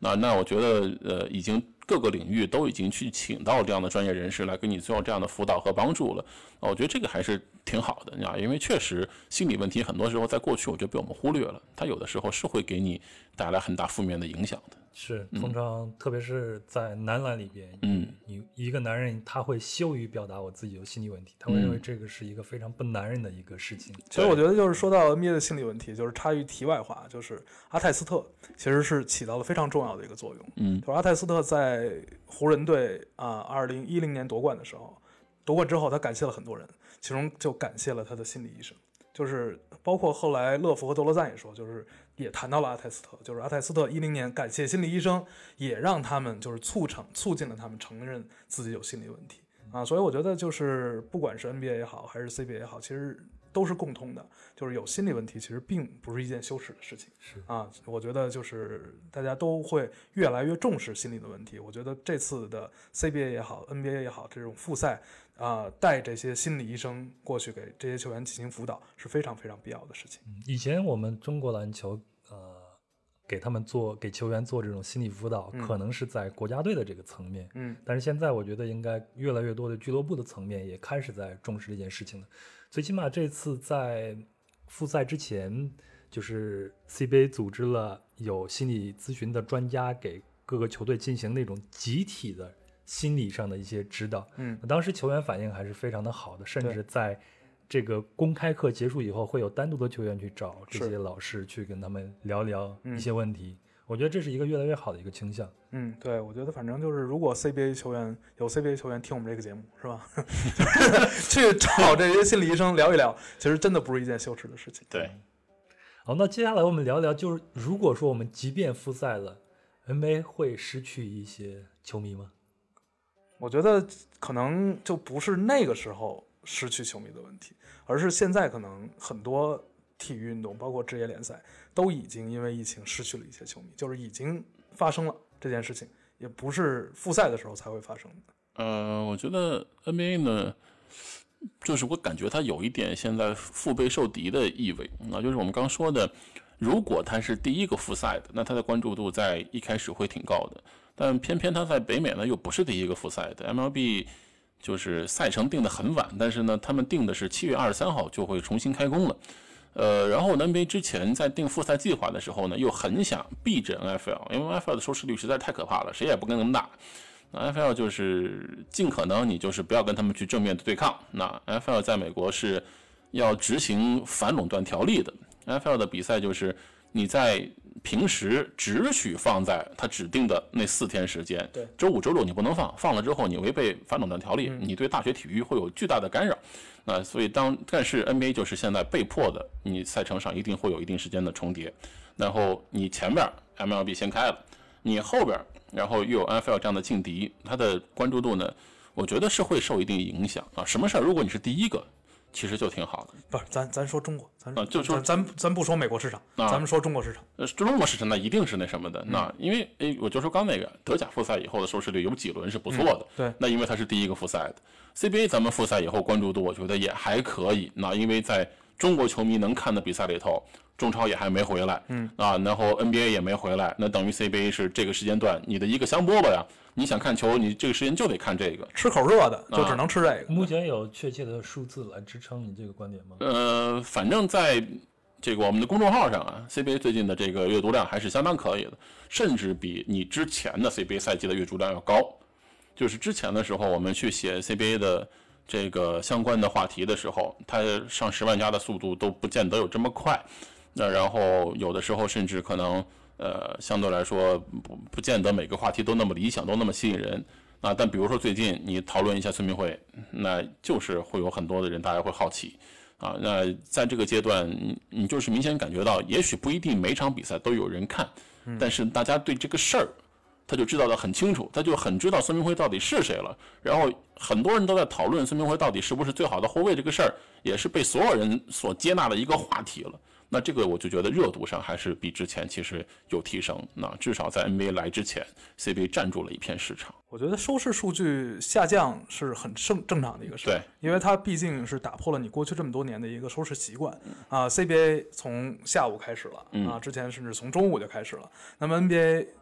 A: 那那我觉得呃，已经各个领域都已经去请到这样的专业人士来给你做这样的辅导和帮助了。我觉得这个还是挺好的呀，因为确实心理问题很多时候在过去我觉得被我们忽略了，它有的时候是会给你带来很大负面的影响的。
C: 是，通常、嗯、特别是在男篮里边，
A: 嗯，
C: 你一个男人他会羞于表达我自己有心理问题，他会认为这个是一个非常不男人的一个事情。
B: 其实我觉得就是说到 N B A 的心理问题，就是插一题外话，就是阿泰斯特其实是起到了非常重要的一个作用。
A: 嗯，
B: 就是阿泰斯特在湖人队啊，二零一零年夺冠的时候，夺冠之后他感谢了很多人，其中就感谢了他的心理医生。就是包括后来乐福和德罗赞也说，就是也谈到了阿泰斯特，就是阿泰斯特一零年感谢心理医生，也让他们就是促成促进了他们承认自己有心理问题啊。所以我觉得就是不管是 N B A 也好，还是 C B A 也好，其实都是共通的，就是有心理问题其实并不是一件羞耻的事情啊。我觉得就是大家都会越来越重视心理的问题。我觉得这次的 C B A 也好 N B A 也好，这种复赛啊、呃，带这些心理医生过去给这些球员进行辅导是非常非常必要的事情。
C: 以前我们中国篮球呃给他们做给球员做这种心理辅导、嗯、可能是在国家队的这个层面，
B: 嗯，
C: 但是现在我觉得应该越来越多的俱乐部的层面也开始在重视这件事情了。最起码这次在复赛之前，就是 C B A 组织了有心理咨询的专家给各个球队进行那种集体的心理上的一些指导。
B: 嗯，
C: 当时球员反应还是非常的好的，甚至在这个公开课结束以后，会有单独的球员去找这些老师去跟他们聊聊一些问题。嗯，我觉得这是一个越来越好的一个倾向。
B: 嗯，对，我觉得反正就是，如果 C B A 球员有 C B A 球员听我们这个节目，是吧？去找这些心理医生聊一聊，其实真的不是一件羞耻的事情。
A: 对。
C: 好，那接下来我们聊聊，就是如果说我们即便复赛了 ，N B A 会失去一些球迷吗？
B: 我觉得可能就不是那个时候失去球迷的问题，而是现在可能很多体育运动，包括职业联赛，都已经因为疫情失去了一些球迷，就是已经发生了这件事情，也不是复赛的时候才会发生的。
A: 呃，我觉得 N B A 呢，就是我感觉它有一点现在腹背受敌的意味啊，就是我们刚说的，如果它是第一个复赛的，那它的关注度在一开始会挺高的，但偏偏它在北美呢又不是第一个复赛的 ，M L B 就是赛程定得很晚，但是呢，他们定的是七月二十三号就会重新开工了。呃，然后 N B A 之前在定复赛计划的时候呢，又很想避着 N F L， 因为 N F L 的收视率实在太可怕了，谁也不跟他们打。那 N F L 就是尽可能你就是不要跟他们去正面的对抗。那 N F L 在美国是要执行反垄断条例的 ，N F L 的比赛就是你在平时只许放在他指定的那四天时间，
B: 对，
A: 周五、周六你不能放，放了之后你违背反垄断条例，
B: 嗯、
A: 你对大学体育会有巨大的干扰。那所以当但是 N B A 就是现在被迫的，你赛程上一定会有一定时间的重叠，然后你前边 M L B 先开了，你后边然后又有 N F L 这样的劲敌，它的关注度呢，我觉得是会受一定影响啊。什么事儿，如果你是第一个，其实就挺好的。
B: 不是，咱咱说中国，咱
A: 啊，就说
B: 咱咱咱不说美国市场，啊、咱们说中国市场。
A: 呃，中国市场那一定是那什么的。嗯、那因为诶，我就说刚那个德甲复赛以后的收视率有几轮是不错的，
B: 嗯、对。
A: 那因为它是第一个复赛的 ，C B A 咱们复赛以后关注度我觉得也还可以。那因为在中国球迷能看的比赛里头，中超也还没回来，
B: 嗯
A: 啊，然后 N B A 也没回来，那等于 C B A 是这个时间段你的一个香饽饽呀。你想看球，你这个时间就得看这个，
B: 吃口热的就只能吃这个。
C: 啊、目前有确切的数字来支撑你这个观点吗？
A: 呃，反正在这个我们的公众号上啊 ，C B A 最近的这个阅读量还是相当可以的，甚至比你之前的 C B A 赛季的阅读量要高。就是之前的时候，我们去写 C B A 的这个相关的话题的时候，它上十万加的速度都不见得有这么快。那然后有的时候甚至可能。呃，相对来说不不见得每个话题都那么理想，都那么吸引人啊。但比如说最近你讨论一下村民会，那就是会有很多的人大家会好奇啊。那在这个阶段，你你就是明显感觉到，也许不一定每场比赛都有人看，但是大家对这个事儿，他就知道得很清楚，他就很知道孙明辉到底是谁了。然后很多人都在讨论孙明辉到底是不是最好的后卫这个事儿，也是被所有人所接纳的一个话题了。那这个我就觉得热度上还是比之前其实有提升，那至少在 N B A 来之前 C B A 占住了一片市场。
B: 我觉得收视数据下降是很正正常的一个事，
A: 对，
B: 因为它毕竟是打破了你过去这么多年的一个收视习惯啊。C B A 从下午开始了、
A: 嗯、
B: 啊，之前甚至从中午就开始了。那么 N B A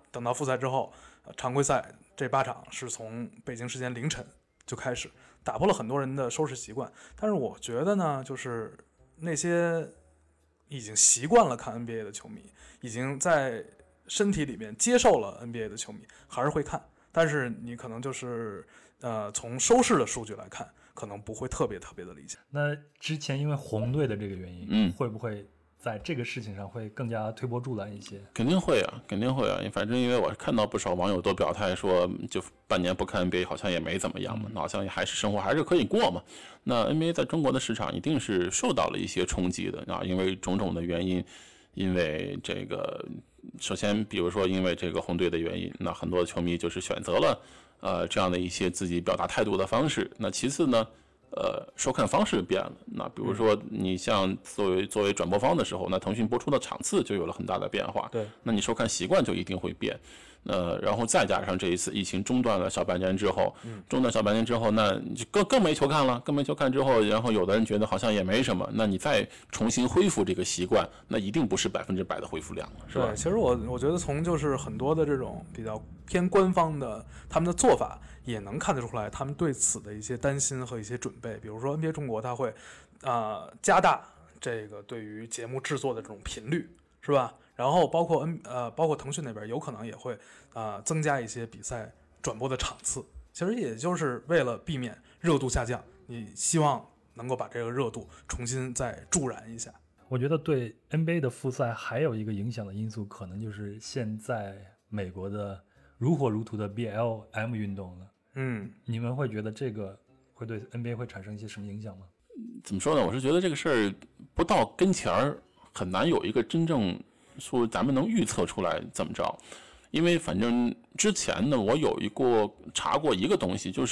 B: 等到复赛之后，呃、常规赛这八场是从北京时间凌晨就开始，打破了很多人的收视习惯。但是我觉得呢，就是那些已经习惯了看 N B A 的球迷，已经在身体里面接受了 N B A 的球迷，还是会看。但是你可能就是呃，从收视的数据来看，可能不会特别特别的理想。
C: 那之前因为红队的这个原因，
A: 嗯，
C: 会不会在这个事情上会更加推波助澜一些？
A: 肯定会啊，肯定会啊。反正因为我看到不少网友都表态说，就半年不看 N B A 好像也没怎么样嘛，那好像也还是生活还是可以过嘛。那 N B A 在中国的市场一定是受到了一些冲击的啊，因为种种的原因，因为这个首先比如说因为这个红队的原因，那很多球迷就是选择了呃这样的一些自己表达态度的方式。那其次呢，呃，收看方式变了。那比如说，你像作为作为转播方的时候，那腾讯播出的场次就有了很大的变化。
B: 对，
A: 那你收看习惯就一定会变。呃，然后再加上这一次疫情中断了小半年之后，中断小半年之后，那你就更更没球看了，更没球看之后，然后有的人觉得好像也没什么，那你再重新恢复这个习惯，那一定不是百分之百的恢复量，是吧？
B: 对，其实我我觉得从就是很多的这种比较偏官方的他们的做法，也能看得出来他们对此的一些担心和一些准备。比如说 N B A 中国，它会呃加大这个对于节目制作的这种频率，是吧？然后包括 N 呃包括腾讯那边有可能也会呃增加一些比赛转播的场次，其实也就是为了避免热度下降，你希望能够把这个热度重新再助燃一下。
C: 我觉得对 N B A 的复赛还有一个影响的因素，可能就是现在美国的如火如荼的 B L M 运动了。
B: 嗯，
C: 你们会觉得这个会对 N B A 会产生一些什么影响吗？
A: 怎么说呢？我是觉得这个事儿不到跟前儿，很难有一个真正说咱们能预测出来怎么着。因为反正之前呢，我有一过查过一个东西，就是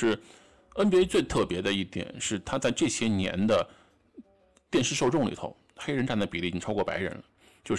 A: N B A 最特别的一点是，它在这些年的电视受众里头，黑人占的比例已经超过白人了。就是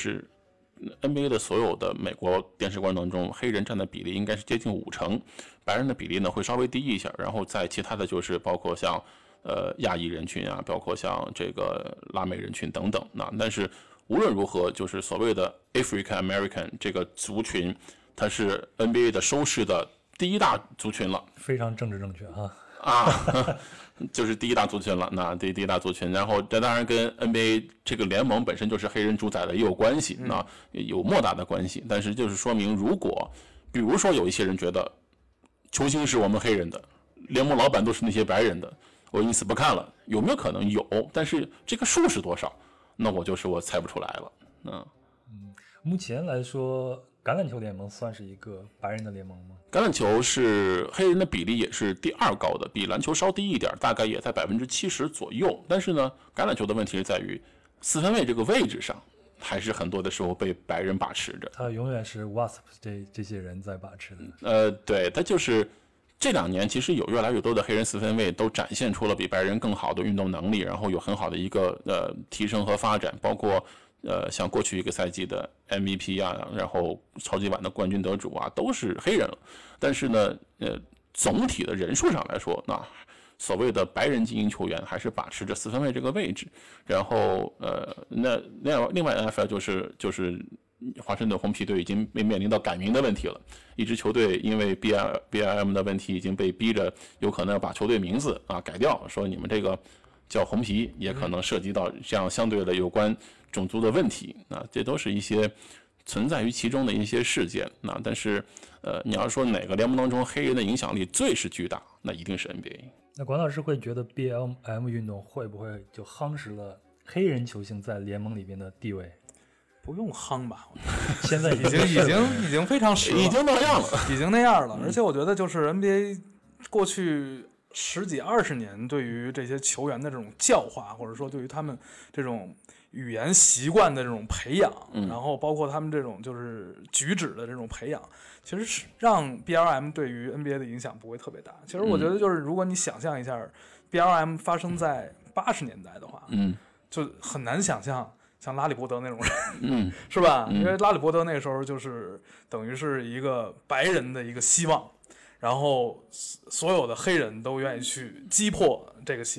A: N B A 的所有的美国电视观众中，黑人占的比例应该是接近五成，白人的比例呢会稍微低一下。然后在其他的就是包括像呃亚裔人群啊，包括像这个拉美人群等等。那但是无论如何，就是所谓的 African American 这个族群，它是 N B A 的收视的第一大族群了。
C: 非常政治正确啊
A: 啊，就是第一大族群了。那第第一大族群，然后这当然跟 N B A 这个联盟本身就是黑人主宰的也有关系，那有莫大的关系。但是就是说明，如果比如说有一些人觉得球星是我们黑人的，联盟老板都是那些白人的，我因此不看了，有没有可能？有，但是这个数是多少？那我就是我猜不出来了。嗯，
C: 嗯，目前来说，橄榄球联盟算是一个白人的联盟吗？
A: 橄榄球是黑人的比例也是第二高的，比篮球稍低一点，大概也在百分之七十左右。但是呢，橄榄球的问题是在于四分卫这个位置上，还是很多的时候被白人把持着。
C: 他永远是 Wasp 这这些人在把持的。
A: 呃，对，他就是这两年其实有越来越多的黑人四分卫都展现出了比白人更好的运动能力，然后有很好的一个呃提升和发展，包括呃像过去一个赛季的 M V P 啊，然后超级碗的冠军得主啊，都是黑人了。但是呢，呃，总体的人数上来说，那所谓的白人精英球员还是把持着四分卫这个位置。然后呃，那另外另外 N F L 就是就是华盛顿红皮队已经被面临到改名的问题了。一支球队因为 B L B L M 的问题已经被逼着有可能要把球队名字啊改掉，说你们这个叫红皮，也可能涉及到这样相对的有关种族的问题。那这都是一些存在于其中的一些事件。那但是呃，你要说哪个联盟当中黑人的影响力最是巨大，那一定是 N B A。
C: 那管老师会觉得 B L M 运动会不会就夯实了黑人球星在联盟里边的地位？
B: 不用夯吧，
C: 现在
B: 已经已经已经非常实了，
A: 已经那样了，
B: 已经那样了。而且我觉得就是 N B A 过去十几二十年对于这些球员的这种教化，或者说对于他们这种语言习惯的这种培养，
A: 嗯、
B: 然后包括他们这种就是举止的这种培养，其实是让 B L M 对于 N B A 的影响不会特别大。其实我觉得就是如果你想象一下 B L M 发生在八十年代的话，
A: 嗯，
B: 就很难想象像拉里伯德那种人，
A: 嗯，
B: 是吧？
A: 嗯、
B: 因为拉里伯德那个时候就是等于是一个白人的一个希望，然后所有的黑人都愿意去击破这个希望，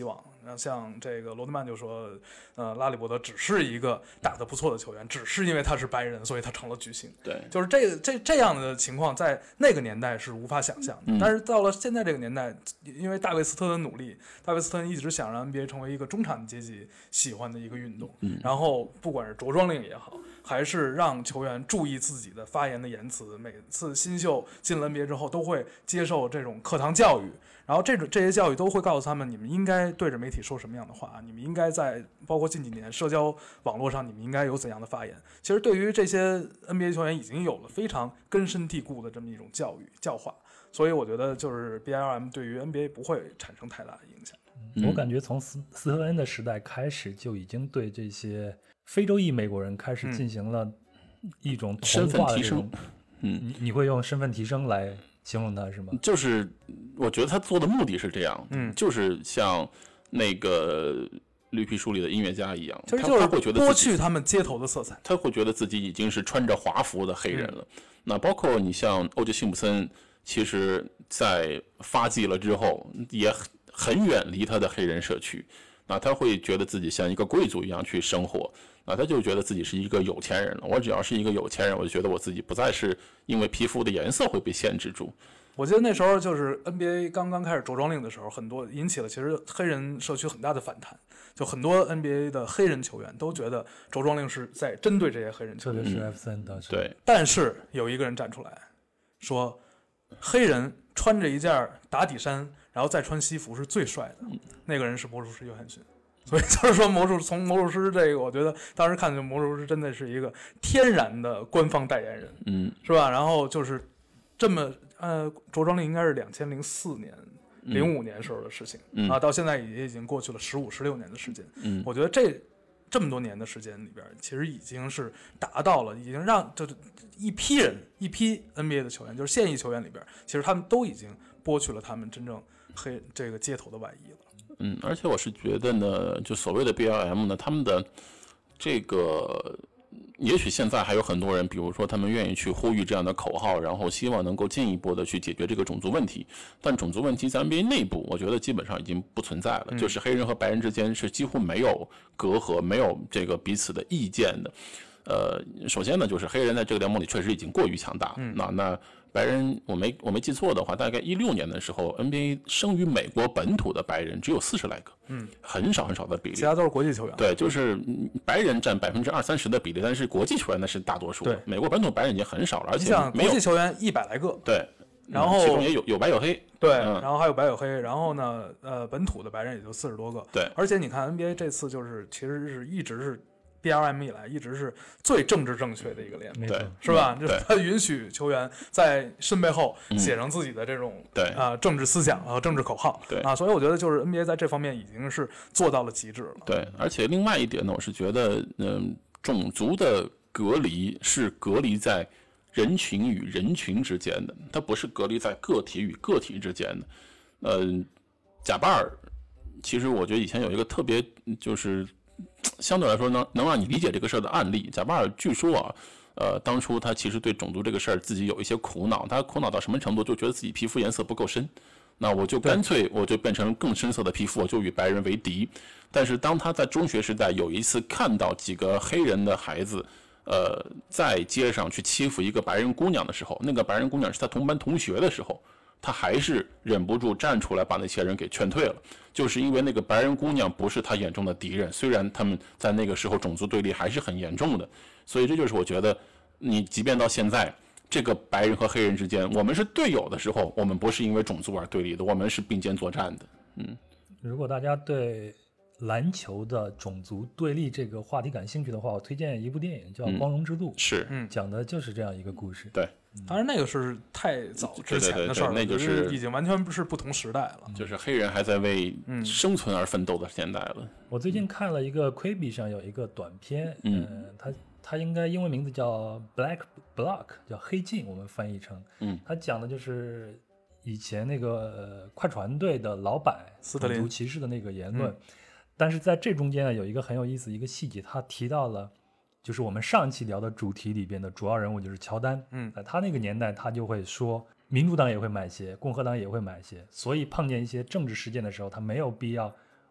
B: 然后像这个罗德曼就说，呃，拉里伯德只是一个打得不错的球员，只是因为他是白人，所以他成了巨星。
A: 对，
B: 就是这个这这样的情况，在那个年代是无法想象的。
A: 嗯、
B: 但是到了现在这个年代，因为大卫斯特的努力，大卫斯特一直想让 N B A 成为一个中产阶级喜欢的一个运动。
A: 嗯、
B: 然后不管是着装令也好，还是让球员注意自己的发言的言辞，每次新秀进了 N B A 之后，都会接受这种课堂教育。然后这种这些教育都会告诉他们，你们应该对着媒体说什么样的话，你们应该在包括近几年社交网络上，你们应该有怎样的发言。其实对于这些 N B A 球员已经有了非常根深蒂固的这么一种教育教化，所以我觉得就是 B L M 对于 N B A 不会产生太大的影响。
C: 嗯、我感觉从斯斯科恩的时代开始，就已经对这些非洲裔美国人开始进行了一种同化的这种，嗯，你你会用身份提升来形容他是吗？
A: 就是我觉得他做的目的是这样，
B: 嗯，
A: 就是像那个绿皮书里的音乐家一样，
B: 其实就是剥去
A: 他
B: 们街头的色彩，
A: 他会觉得自己已经是穿着华服的黑人了。嗯、那包括你像欧杰辛普森，其实在发迹了之后，也很远离他的黑人社区，那他会觉得自己像一个贵族一样去生活。那他就觉得自己是一个有钱人了。我只要是一个有钱人，我就觉得我自己不再是因为皮肤的颜色会被限制住。
B: 我记得那时候就是 N B A 刚刚开始着装令的时候，很多引起了其实黑人社区很大的反弹。就很多 N B A 的黑人球员都觉得着装令是在针对这些黑人球员，
C: 特别是 F 三当时。
A: 对。
B: 但是有一个人站出来说，黑人穿着一件打底衫，然后再穿西服是最帅的。那个人是魔术师约翰逊。所以就是说，魔术从魔术师这个，我觉得当时看见魔术师真的是一个天然的官方代言人，
A: 嗯，
B: 是吧？然后就是这么呃，着装令应该是两千零四年、零五年时候的事情、
A: 嗯、
B: 啊，到现在也已经过去了十五、十六年的时间。
A: 嗯，
B: 我觉得这这么多年的时间里边，其实已经是达到了，已经让就是一批人、一批 N B A 的球员，就是现役球员里边，其实他们都已经剥去了他们真正黑这个街头的外衣了。
A: 嗯，而且我是觉得呢，就所谓的 B L M 呢，他们的这个，也许现在还有很多人，比如说他们愿意去呼吁这样的口号，然后希望能够进一步的去解决这个种族问题。但种族问题在 N B A 内部，我觉得基本上已经不存在了，
B: 嗯、
A: 就是黑人和白人之间是几乎没有隔阂，没有这个彼此的意见的。呃，首先呢，就是黑人在这个联盟里确实已经过于强大，
B: 嗯、
A: 那那。白人，我没我没记错的话，大概一六年的时候 ，N B A 生于美国本土的白人只有四十来个，
B: 嗯，
A: 很少很少的比例，
B: 其他都是国际球员。
A: 对，就是白人占百分之二三十的比例，但是国际球员那是大多数。
B: 对，
A: 美国本土白人已经很少了，而且
B: 像国际球员一百来个，
A: 对，
B: 然后
A: 其中也有有白有黑，
B: 对、
A: 嗯，
B: 然后还有白有黑，然后呢，呃，本土的白人也就四十多个，
A: 对，
B: 而且你看 N B A 这次就是其实是一直是。B L M 以来一直是最政治正确的一个联盟，
A: 对，
B: 是吧？
A: 嗯、
B: 就是他允许球员在身背后写上自己的这种、
A: 嗯、对
B: 啊、呃、政治思想和政治口号，
A: 对
B: 啊，所以我觉得就是 N B A 在这方面已经是做到了极致了。
A: 对，而且另外一点呢，我是觉得，嗯、呃，种族的隔离是隔离在人群与人群之间的，它不是隔离在个体与个体之间的。嗯、呃，贾巴尔，其实我觉得以前有一个特别就是。相对来说能能让你理解这个事儿的案例，贾巴尔据说啊，呃，当初他其实对种族这个事儿自己有一些苦恼，他苦恼到什么程度，就觉得自己皮肤颜色不够深，那我就干脆我就变成更深色的皮肤，我就与白人为敌。但是当他在中学时代有一次看到几个黑人的孩子，呃，在街上去欺负一个白人姑娘的时候，那个白人姑娘是他同班同学的时候。他还是忍不住站出来把那些人给劝退了，就是因为那个白人姑娘不是他眼中的敌人，虽然他们在那个时候种族对立还是很严重的，所以这就是我觉得你即便到现在这个白人和黑人之间我们是队友的时候，我们不是因为种族而对立的，我们是并肩作战的。嗯，
C: 如果大家对篮球的种族对立这个话题感兴趣的话，我推荐一部电影叫《光荣之路》，
A: 嗯、是，
B: 嗯，
C: 讲的就是这样一个故事。
A: 对。
B: 当然，那个是太早之前的事儿了，
A: 那就是
B: 已经完全不是不同时代了。
A: 就是黑人还在为生存而奋斗的年代了。嗯、
C: 我最近看了一个 Quibi 上有一个短片，
A: 嗯，
C: 呃、它它应该英文名字叫 Black Block， 叫黑镜，我们翻译成，
A: 嗯，
C: 它讲的就是以前那个、呃、快船队的老板种族歧视的那个言论，嗯、但是在这中间呢，有一个很有意思一个细节，他提到了。就是我们上期聊的主题里边的主要人物就是乔丹，
B: 嗯，
C: 在他那个年代，他就会说，民主党也会买鞋，共和党也会买鞋，所以碰见一些政治事件的时候，他没有必要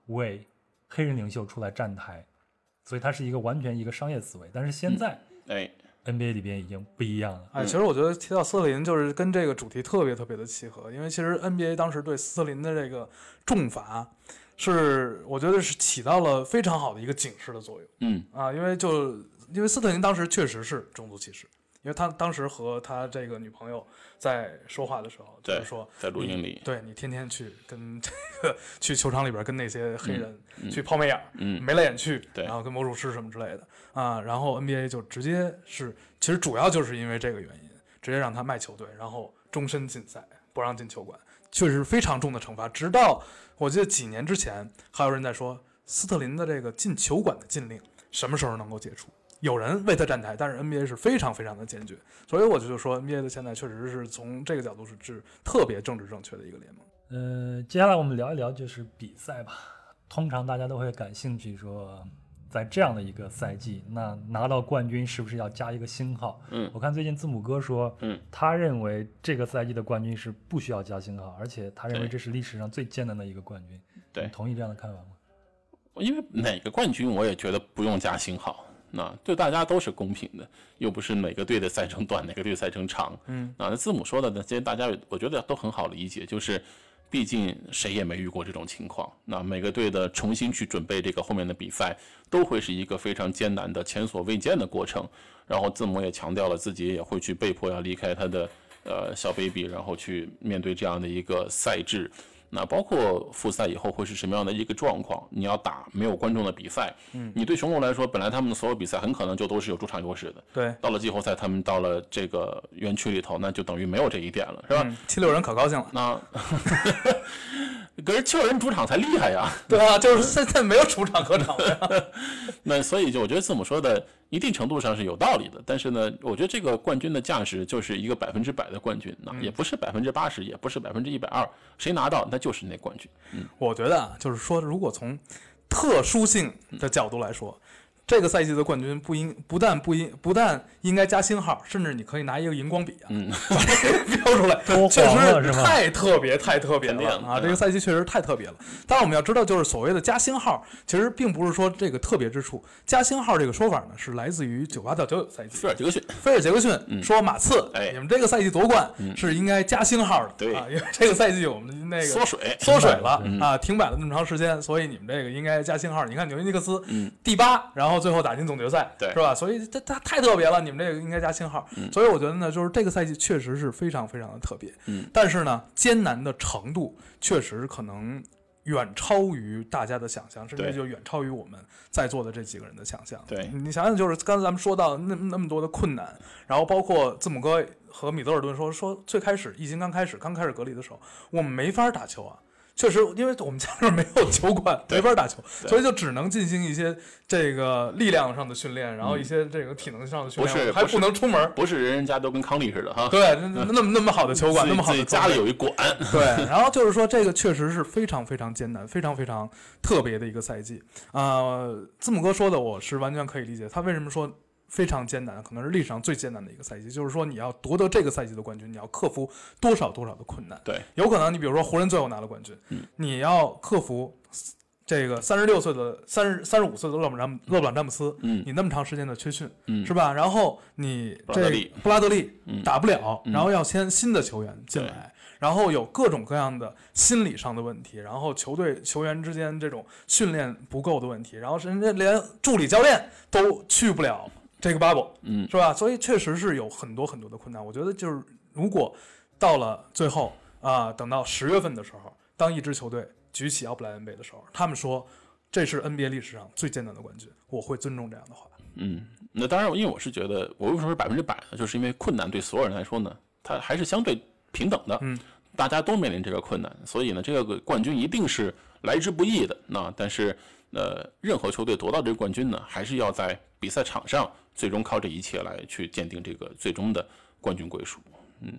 C: 为黑人领袖出来站台，所以它是一个完全一个商业思维。但是现在，
A: 哎
C: N B A 里边已经不一样了。
B: 哎，其实我觉得提到斯特林就是跟这个主题特别特别的契合，因为其实 N B A 当时对斯特林的这个重罚是我觉得是起到了非常好的一个警示的作用。
A: 嗯
B: 啊，因为就因为斯特林当时确实是种族歧视，因为他当时和他这个女朋友在说话的时候，就是说
A: 在录音里，
B: 对你天天去跟这个去球场里边跟那些黑人
A: 嗯、
B: 去抛媚眼，
A: 嗯，
B: 眉来眼去，
A: 对，
B: 然后跟魔术师什么之类的啊，然后 N B A 就直接是，其实主要就是因为这个原因，直接让他卖球队，然后终身禁赛，不让进球馆，确实非常重的惩罚。直到我记得几年之前，还有人在说斯特林的这个进球馆的禁令什么时候能够解除？有人为他站台，但是 N B A 是非常非常的坚决，所以我就说 N B A 的现在确实是从这个角度是是特别政治正确的一个联盟。
C: 呃，接下来我们聊一聊就是比赛吧。通常大家都会感兴趣说，在这样的一个赛季，那拿到冠军是不是要加一个星号？
A: 嗯，
C: 我看最近字母哥说，
A: 嗯，
C: 他认为这个赛季的冠军是不需要加星号，而且他认为这是历史上最艰难的一个冠军。
A: 对，
C: 你同意这样的看法吗？
A: 因为哪个冠军我也觉得不用加星号。那对大家都是公平的，又不是哪个队的赛程短，哪个队赛程长。
B: 嗯，
A: 那字母说的呢，其实大家我觉得都很好理解，就是毕竟谁也没遇过这种情况。那每个队的重新去准备这个后面的比赛，都会是一个非常艰难的、前所未见的过程。然后字母也强调了自己也会去被迫要离开他的呃小 baby， 然后去面对这样的一个赛制。那包括复赛以后会是什么样的一个状况？你要打没有观众的比赛，
B: 嗯，
A: 你对雄鹿来说，本来他们的所有比赛很可能就都是有主场优势的。
B: 对，
A: 到了季后赛，他们到了这个园区里头，那就等于没有这一点了，是吧？
B: 嗯、七六人可高兴了。
A: 那可是七六人主场才厉害呀。
B: 对啊，就是现在没有主场客场了呀。
A: 那所以就我觉得字母说的一定程度上是有道理的，但是呢，我觉得这个冠军的价值就是一个百分之百的冠军，那也不是百分之八十，也不是百分之一百二，谁拿到那就是那冠军。嗯，
B: 我觉得啊，就是说，如果从特殊性的角度来说，这个赛季的冠军不应不但不应不但应该加星号，甚至你可以拿一个荧光笔啊，
A: 嗯，
B: 把这个标出来，确实太特别太特别了啊！这个赛季确实太特别了。当然我们要知道，就是所谓的加星号，其实并不是说这个特别之处。加星号这个说法呢，是来自于九八到九九赛季，
A: 菲尔杰克逊，
B: 菲尔杰克逊说马刺，
A: 哎，
B: 你们这个赛季夺冠是应该加星号的，
A: 对
B: 啊，因为这个赛季我们那个
A: 缩水
B: 缩水了啊，停摆了那么长时间，所以你们这个应该加星号。你看纽约尼克斯第八，然后最后打进总决赛。
A: 对，
B: 是吧？所以它它太特别了，你们这个应该加星号。
A: 嗯、
B: 所以我觉得呢，就是这个赛季确实是非常非常的特别。
A: 嗯，
B: 但是呢，艰难的程度确实可能远超于大家的想象，甚至就远超于我们在座的这几个人的想象。
A: 对，
B: 你想想，就是刚才咱们说到那那么多的困难，然后包括字母哥和米德尔顿说说，最开始疫情刚开始刚开始隔离的时候，我们没法打球啊。确实，因为我们家这没有球馆，没法打球，所以就只能进行一些这个力量上的训练，然后一些这个体能上的训练，
A: 不是
B: 还不能出门，
A: 不是人人家都跟康利似的哈。
B: 对，那那么那么好的球馆，那么好的
A: 家里有一馆。
B: 对，然后就是说，这个确实是非常非常艰难、非常非常特别的一个赛季啊、呃。字母哥说的，我是完全可以理解，他为什么说非常艰难，可能是历史上最艰难的一个赛季。就是说，你要夺得这个赛季的冠军，你要克服多少多少的困难。
A: 对，
B: 有可能你比如说湖人最后拿了冠军，
A: 嗯、
B: 你要克服这个三十六岁的三十三十五岁的勒布朗勒布朗詹姆斯，
A: 嗯，
B: 你那么长时间的缺训，
A: 嗯，
B: 是吧？然后你这布拉德利打不了，
A: 嗯、
B: 然后要签新的球员进来。然后有各种各样的心理上的问题，然后球队球员之间这种训练不够的问题，然后人家连助理教练都去不了这个 bubble，
A: 嗯，
B: 是吧？所以确实是有很多很多的困难。我觉得就是如果到了最后啊、呃，等到十月份的时候，当一支球队举起奥布莱恩杯的时候，他们说这是 N B A 历史上最艰难的冠军，我会尊重这样的话。
A: 嗯，那当然，因为我是觉得，我为什么是百分之百呢？就是因为困难对所有人来说呢，它还是相对平等的，
B: 嗯，
A: 大家都面临这个困难，所以呢，这个冠军一定是来之不易的。那但是，呃，任何球队夺到这个冠军呢，还是要在比赛场上最终靠这一切来去鉴定这个最终的冠军归属。嗯，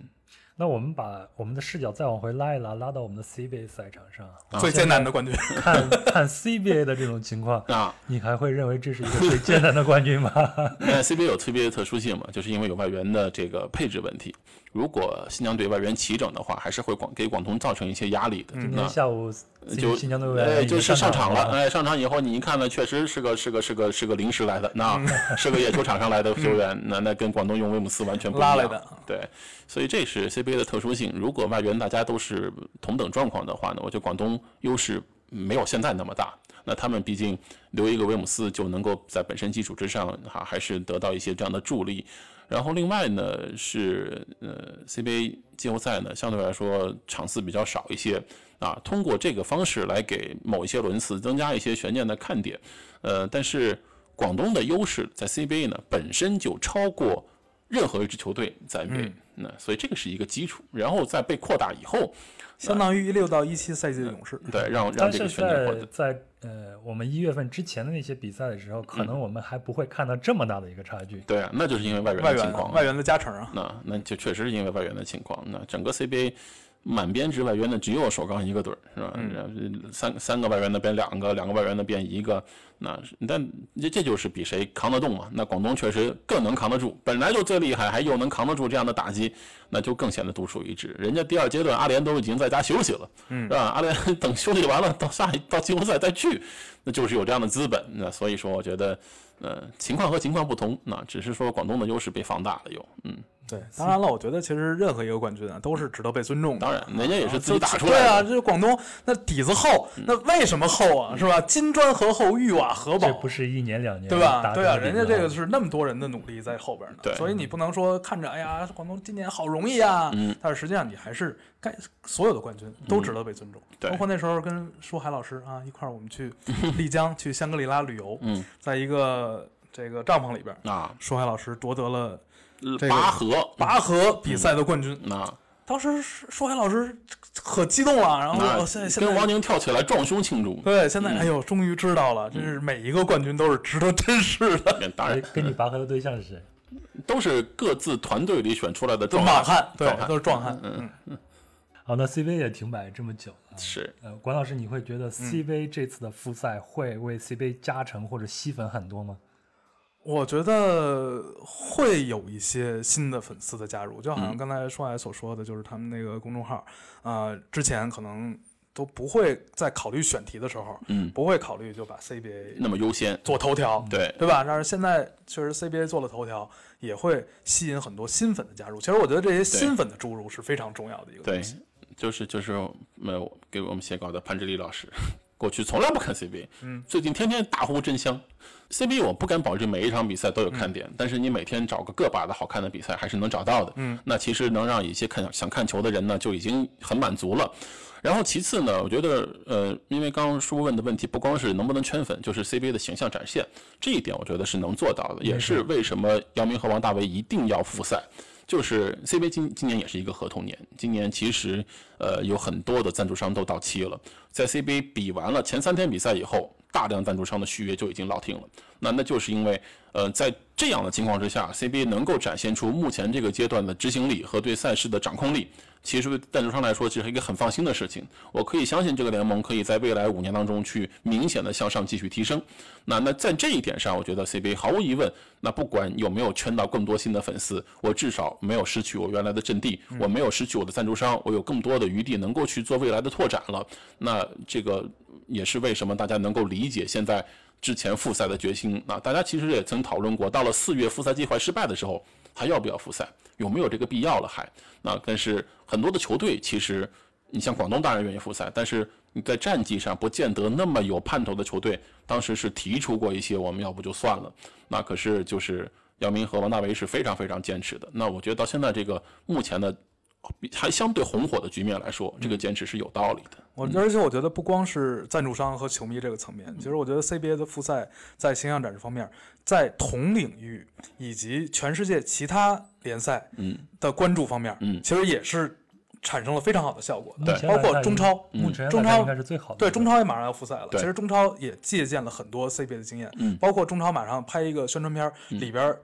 C: 那我们把我们的视角再往回拉一拉，拉到我们的 C B A 赛场上，
B: 最艰难的冠军。
C: 看看 C B A 的这种情况
A: 啊，
C: 你还会认为这是一个最艰难的冠军吗？
A: 那 C B A 有 C B A 的特殊性嘛，就是因为有外援的这个配置问题。如果新疆队外援齐整的话，还是会广给广东造成一些压力的。
C: 今天下午
A: 就
C: 新疆队外
A: 援就是上
C: 场
A: 了，哎，上场以后你一看呢，确实是个是个是个是个临时来的，那是个野球场上来的球员，那那跟广东用威姆斯完全不一样。
B: 拉来的，
A: 对，所以这是 C B A 的特殊性。如果外援大家都是同等状况的话呢，我觉得广东优势没有现在那么大。那他们毕竟留一个威姆斯就能够在本身基础之上，哈，还是得到一些这样的助力。然后另外呢是呃 C B A 季后赛呢相对来说场次比较少一些啊，通过这个方式来给某一些轮次增加一些悬念的看点。呃，但是广东的优势在 C B A 呢本身就超过任何一支球队在 N B A，嗯，那所以这个是一个基础，然后在被扩大以后，
B: 相当于一六到一七赛季的勇士，
A: 对，让让这个悬念扩大。
C: 在呃我们一月份之前的那些比赛的时候，可能我们还不会看到这么大的一个差距。
A: 嗯、对啊，那就是因为外援的情况，
B: 外援的加成啊，
A: 那那就确实是因为外援的情况。那整个 C B A 满编制外援的只有首钢一个队是吧？嗯、三三个外援的变两个，两个外援的变一个。那但这这就是比谁扛得动嘛。那广东确实更能扛得住，本来就最厉害，还又能扛得住这样的打击，那就更显得独树一帜。人家第二阶段阿联都已经在家休息了，嗯，是吧？阿联等休息完了，到下一到季后赛再去，那就是有这样的资本。那所以说，我觉得，呃，情况和情况不同，那只是说广东的优势被放大了又，嗯。
B: 对，当然了，我觉得其实任何一个冠军啊，都是值得被尊重的。
A: 当然，人家也是自己打出来的。
B: 对啊，这是广东，那底子厚，那为什么厚啊？是吧？金砖何厚，玉瓦何薄？
C: 这不是一年两年，
B: 对吧？对啊，人家这个是那么多人的努力在后边呢。
A: 对，
B: 所以你不能说看着，哎呀，广东今年好容易啊。嗯。但是实际上，你还是该所有的冠军都值得被尊重。
A: 嗯、对。
B: 包括那时候跟舒海老师啊一块儿，我们去丽江去香格里拉旅游。嗯。在一个这个帐篷里边啊，舒海老师夺得了。这个、
A: 拔河
B: 拔河比赛的冠军，
A: 嗯、啊，
B: 当时舒海老师可激动了，然后现在
A: 跟王宁跳起来撞胸庆祝。
B: 对，现在、嗯、哎呦，终于知道了，真是每一个冠军都是值得珍视的。
A: 嗯、当然，
C: 跟你拔河的对象是谁？
A: 都是各自团队里选出来的壮
B: 汉，
A: 汉，
B: 对，都是壮汉。
A: 嗯嗯。
C: 好，那 C B A 也停摆这么久了，
A: 是
C: 呃，关老师，你会觉得 C B A 这次的复赛会为 C B A 加成或者吸粉很多吗？
B: 我觉得会有一些新的粉丝的加入，就好像刚才舒海所说的，就是他们那个公众号，呃，之前可能都不会在考虑选题的时候，嗯，不会考虑就把 C B A
A: 那么优先
B: 做头条，
A: 对
B: 对吧？但是现在确实 C B A 做了头条，也会吸引很多新粉的加入。其实我觉得这些新粉的注入是非常重要的一个东西。
A: 对，就是就是呃，给我们写稿的潘志丽老师。过去从来不看 C B A， 嗯，最近天天大呼真香。C B A 我不敢保证每一场比赛都有看点，嗯、但是你每天找个个把的好看的比赛还是能找到的。嗯，那其实能让一些看想看球的人呢就已经很满足了。然后其次呢，我觉得呃，因为刚刚叔问的问题不光是能不能圈粉，就是 C B A 的形象展现，这一点我觉得是能做到的，也是为什么姚明和王大为一定要复赛。就是 C B A 今今年也是一个合同年，今年其实呃有很多的赞助商都到期了，在 C B A 比完了前三天比赛以后，大量赞助商的续约就已经落定了。那那就是因为呃在这样的情况之下 ，C B A 能够展现出目前这个阶段的执行力和对赛事的掌控力，其实对赞助商来说这是一个很放心的事情。我可以相信这个联盟可以在未来五年当中去明显的向上继续提升。那那在这一点上，我觉得 C B A 毫无疑问，那不管有没有圈到更多新的粉丝，我至少没有失去我原来的阵地，我没有失去我的赞助商，我有更多的余地能够去做未来的拓展了。那这个也是为什么大家能够理解现在之前复赛的决心。那大家其实也曾讨论过，到了四月复赛计划失败的时候，还要不要复赛？有没有这个必要了还？那但是很多的球队其实，你像广东当然愿意复赛，但是你在战绩上不见得那么有盼头的球队，当时是提出过一些我们要不就算了。那可是就是姚明和王大为是非常非常坚持的。那我觉得到现在这个目前的还相对红火的局面来说，这个坚持是有道理的。
B: 我而且我觉得不光是赞助商和球迷这个层面，其实我觉得 C B A 的复赛在形象展示方面，在同领域以及全世界其他联赛的关注方面，嗯，其实也是产生了非常好的效果的。
C: 对，
B: 包括中超，
C: 嗯，
B: 中超
C: 应该是最好的。
B: 对，中超也马上要复赛了。其实中超也借鉴了很多 C B A 的经验，嗯，包括中超马上拍一个宣传片，里边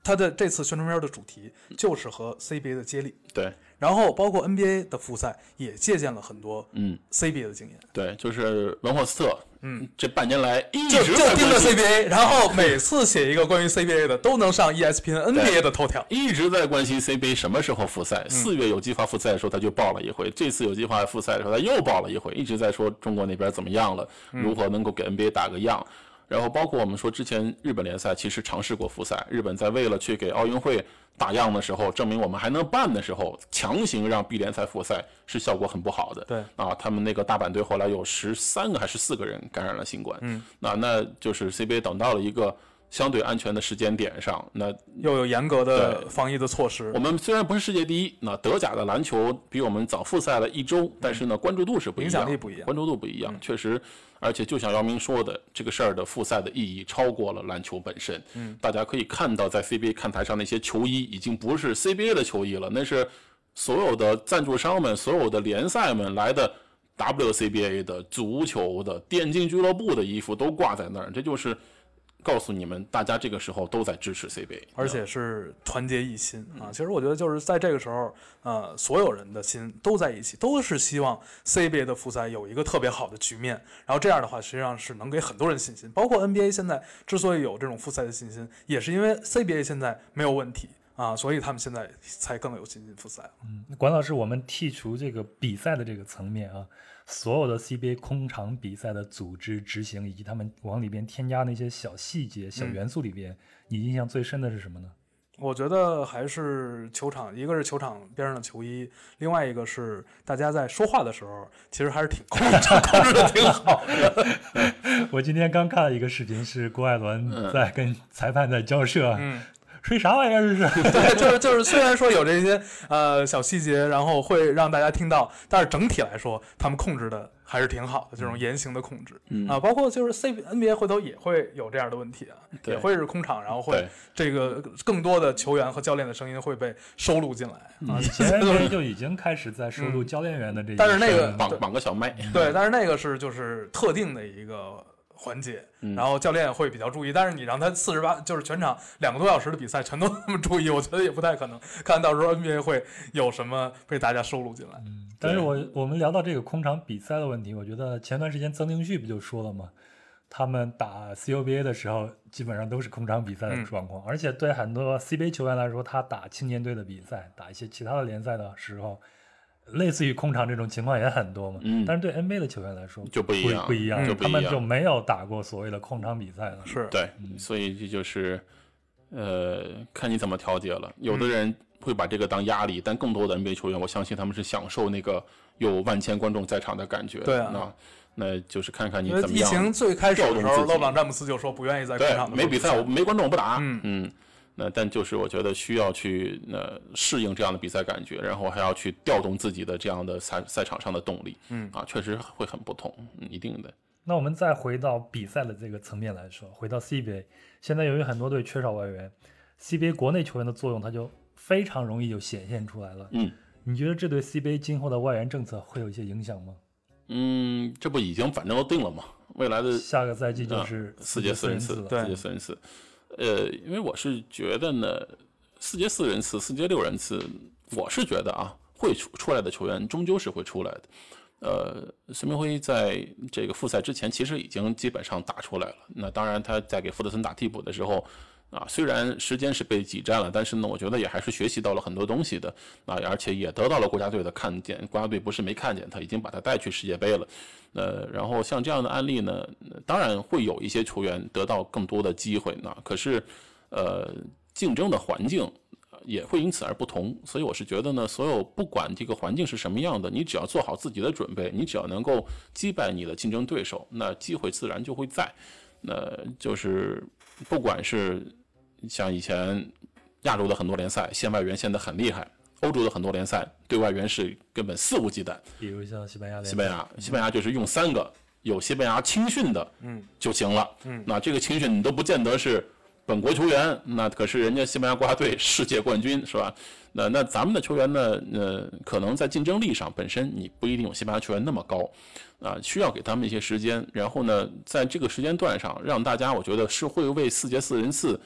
B: 它的这次宣传片的主题就是和 C B A 的接力，
A: 对，
B: 然后包括 N B A 的复赛也借鉴了很多
A: 嗯
B: C B A 的经验，
A: 对，就是文霍斯特，
B: 嗯，
A: 这半年来一
B: 就就盯着
A: 直在关心
B: C B A， 然后每次写一个关于 C B A 的都能上 E S P N N B A 的头条，
A: 一直在关心 C B A 什么时候复赛。四、嗯、月有计划复赛的时候他就报了一回，这次有计划复赛的时候他又报了一回，一直在说中国那边怎么样了，如何能够给 N B A 打个样。嗯，然后包括我们说之前日本联赛其实尝试过复赛，日本在为了去给奥运会打样的时候，证明我们还能办的时候，强行让 B 联赛复赛是效果很不好的。
B: 对
A: 啊，他们那个大阪队后来有十三个还是四个人感染了新冠。
B: 嗯，
A: 那那就是 C B A 等到了一个相对安全的时间点上，那
B: 又有严格的防疫的措施。
A: 我们虽然不是世界第一，那德甲的篮球比我们早复赛了一周，但是呢，关注度是不一样，
B: 影响力不一样，
A: 关注度不一样，
B: 嗯、
A: 确实。而且就像姚明说的，这个事儿的复赛的意义超过了篮球本身。
B: 嗯，
A: 大家可以看到，在 C B A 看台上那些球衣已经不是 C B A 的球衣了，那是所有的赞助商们、所有的联赛们来的 W C B A 的、足球的、电竞俱乐部的衣服都挂在那儿，这就是告诉你们，大家这个时候都在支持 C B A，
B: 而且是团结一心啊！其实我觉得就是在这个时候，呃，所有人的心都在一起，都是希望 C B A 的复赛有一个特别好的局面。然后这样的话，实际上是能给很多人信心。包括 N B A 现在之所以有这种复赛的信心，也是因为 C B A 现在没有问题啊，所以他们现在才更有信心复赛。
C: 嗯，管老师，我们剔除这个比赛的这个层面啊。所有的 C B A 空场比赛的组织执行，以及他们往里边添加那些小细节、小元素里边，嗯、你印象最深的是什么呢？
B: 我觉得还是球场，一个是球场边上的球衣，另外一个是大家在说话的时候，其实还是挺控制控制的挺好的。
C: 我今天刚看了一个视频，是郭艾伦在跟裁判在交涉。
B: 嗯。
C: 吹啥玩意儿这是？
B: 对，就是就是，虽然说有这些呃小细节，然后会让大家听到，但是整体来说，他们控制的还是挺好的，这种言行的控制、
A: 嗯、
B: 啊，包括就是 C N B A 回头也会有这样的问题啊，也会是空场，然后会这个更多的球员和教练的声音会被收录进来啊。
C: 以前 N B A 就已经开始在收录教练员的这些、嗯，
B: 但是那个
A: 绑绑个小麦，
B: 对，但是那个是就是特定的一个环节，然后教练会比较注意，但是你让他四十八就是全场两个多小时的比赛全都那么注意，我觉得也不太可能。看到时候 N B A 会有什么被大家收录进来。
C: 嗯，但是我我们聊到这个空场比赛的问题，我觉得前段时间曾定旭不就说了吗？他们打 C U B A 的时候，基本上都是空场比赛的状况、嗯，而且对很多 C B A 球员来说，他打青年队的比赛，打一些其他的联赛的时候。类似于空场这种情况也很多嘛，
A: 嗯，
C: 但是对 N B A 的球员来说
A: 就不一样，
C: 不一样，
A: 就
C: 他们就没有打过所谓的空场比赛了。
B: 是
A: 对、嗯，所以这就是，呃，看你怎么调节了。有的人会把这个当压力，嗯、但更多的 N B A 球员，我相信他们是享受那个有万千观众在场的感觉。
B: 对啊，
A: 那那就是看看你怎么样。
B: 疫情最开始的时候，勒布朗詹姆斯就说不愿意在空场的
A: 没比赛，我没观众我不打。
B: 嗯
A: 嗯。那但就是我觉得需要去呃适应这样的比赛感觉，然后还要去调动自己的这样的赛赛场上的动力，
B: 嗯
A: 啊，确实会很不同，嗯，一定的。
C: 那我们再回到比赛的这个层面来说，回到 C B A， 现在由于很多队缺少外援 ，C B A 国内球员的作用它就非常容易就显现出来了。
A: 嗯，
C: 你觉得这对 C B A 今后的外援政策会有一些影响吗？
A: 嗯，这不已经反正都定了吗？未来的
C: 下个赛季就是
A: 四届四人次，四届四人次。呃，因为我是觉得呢，四届四人次、四届六人次，我是觉得啊，会出出来的球员终究是会出来的。呃，孙明辉在这个复赛之前其实已经基本上打出来了。那当然他在给福德森打替补的时候啊，虽然时间是被挤占了，但是呢，我觉得也还是学习到了很多东西的啊，而且也得到了国家队的看见。国家队不是没看见他，已经把他带去世界杯了。呃，然后像这样的案例呢，当然会有一些球员得到更多的机会呢。可是，呃，竞争的环境也会因此而不同。所以我是觉得呢，所有不管这个环境是什么样的，你只要做好自己的准备，你只要能够击败你的竞争对手，那机会自然就会在。那就是不管是像以前亚洲的很多联赛，线外援现在很厉害。欧洲的很多联赛对外援是根本肆无忌惮，
C: 比如像西班牙联赛，
A: 西班牙，西班牙就是用三个有西班牙青训的，
B: 嗯，
A: 就行了，
B: 嗯，
A: 那这个青训你都不见得是本国球员，那可是人家西班牙国家队世界冠军是吧？那那咱们的球员呢，呃，可能在竞争力上本身你不一定有西班牙球员那么高，啊，需要给他们一些时间，然后呢，在这个时间段上，让大家我觉得是会为四节四人次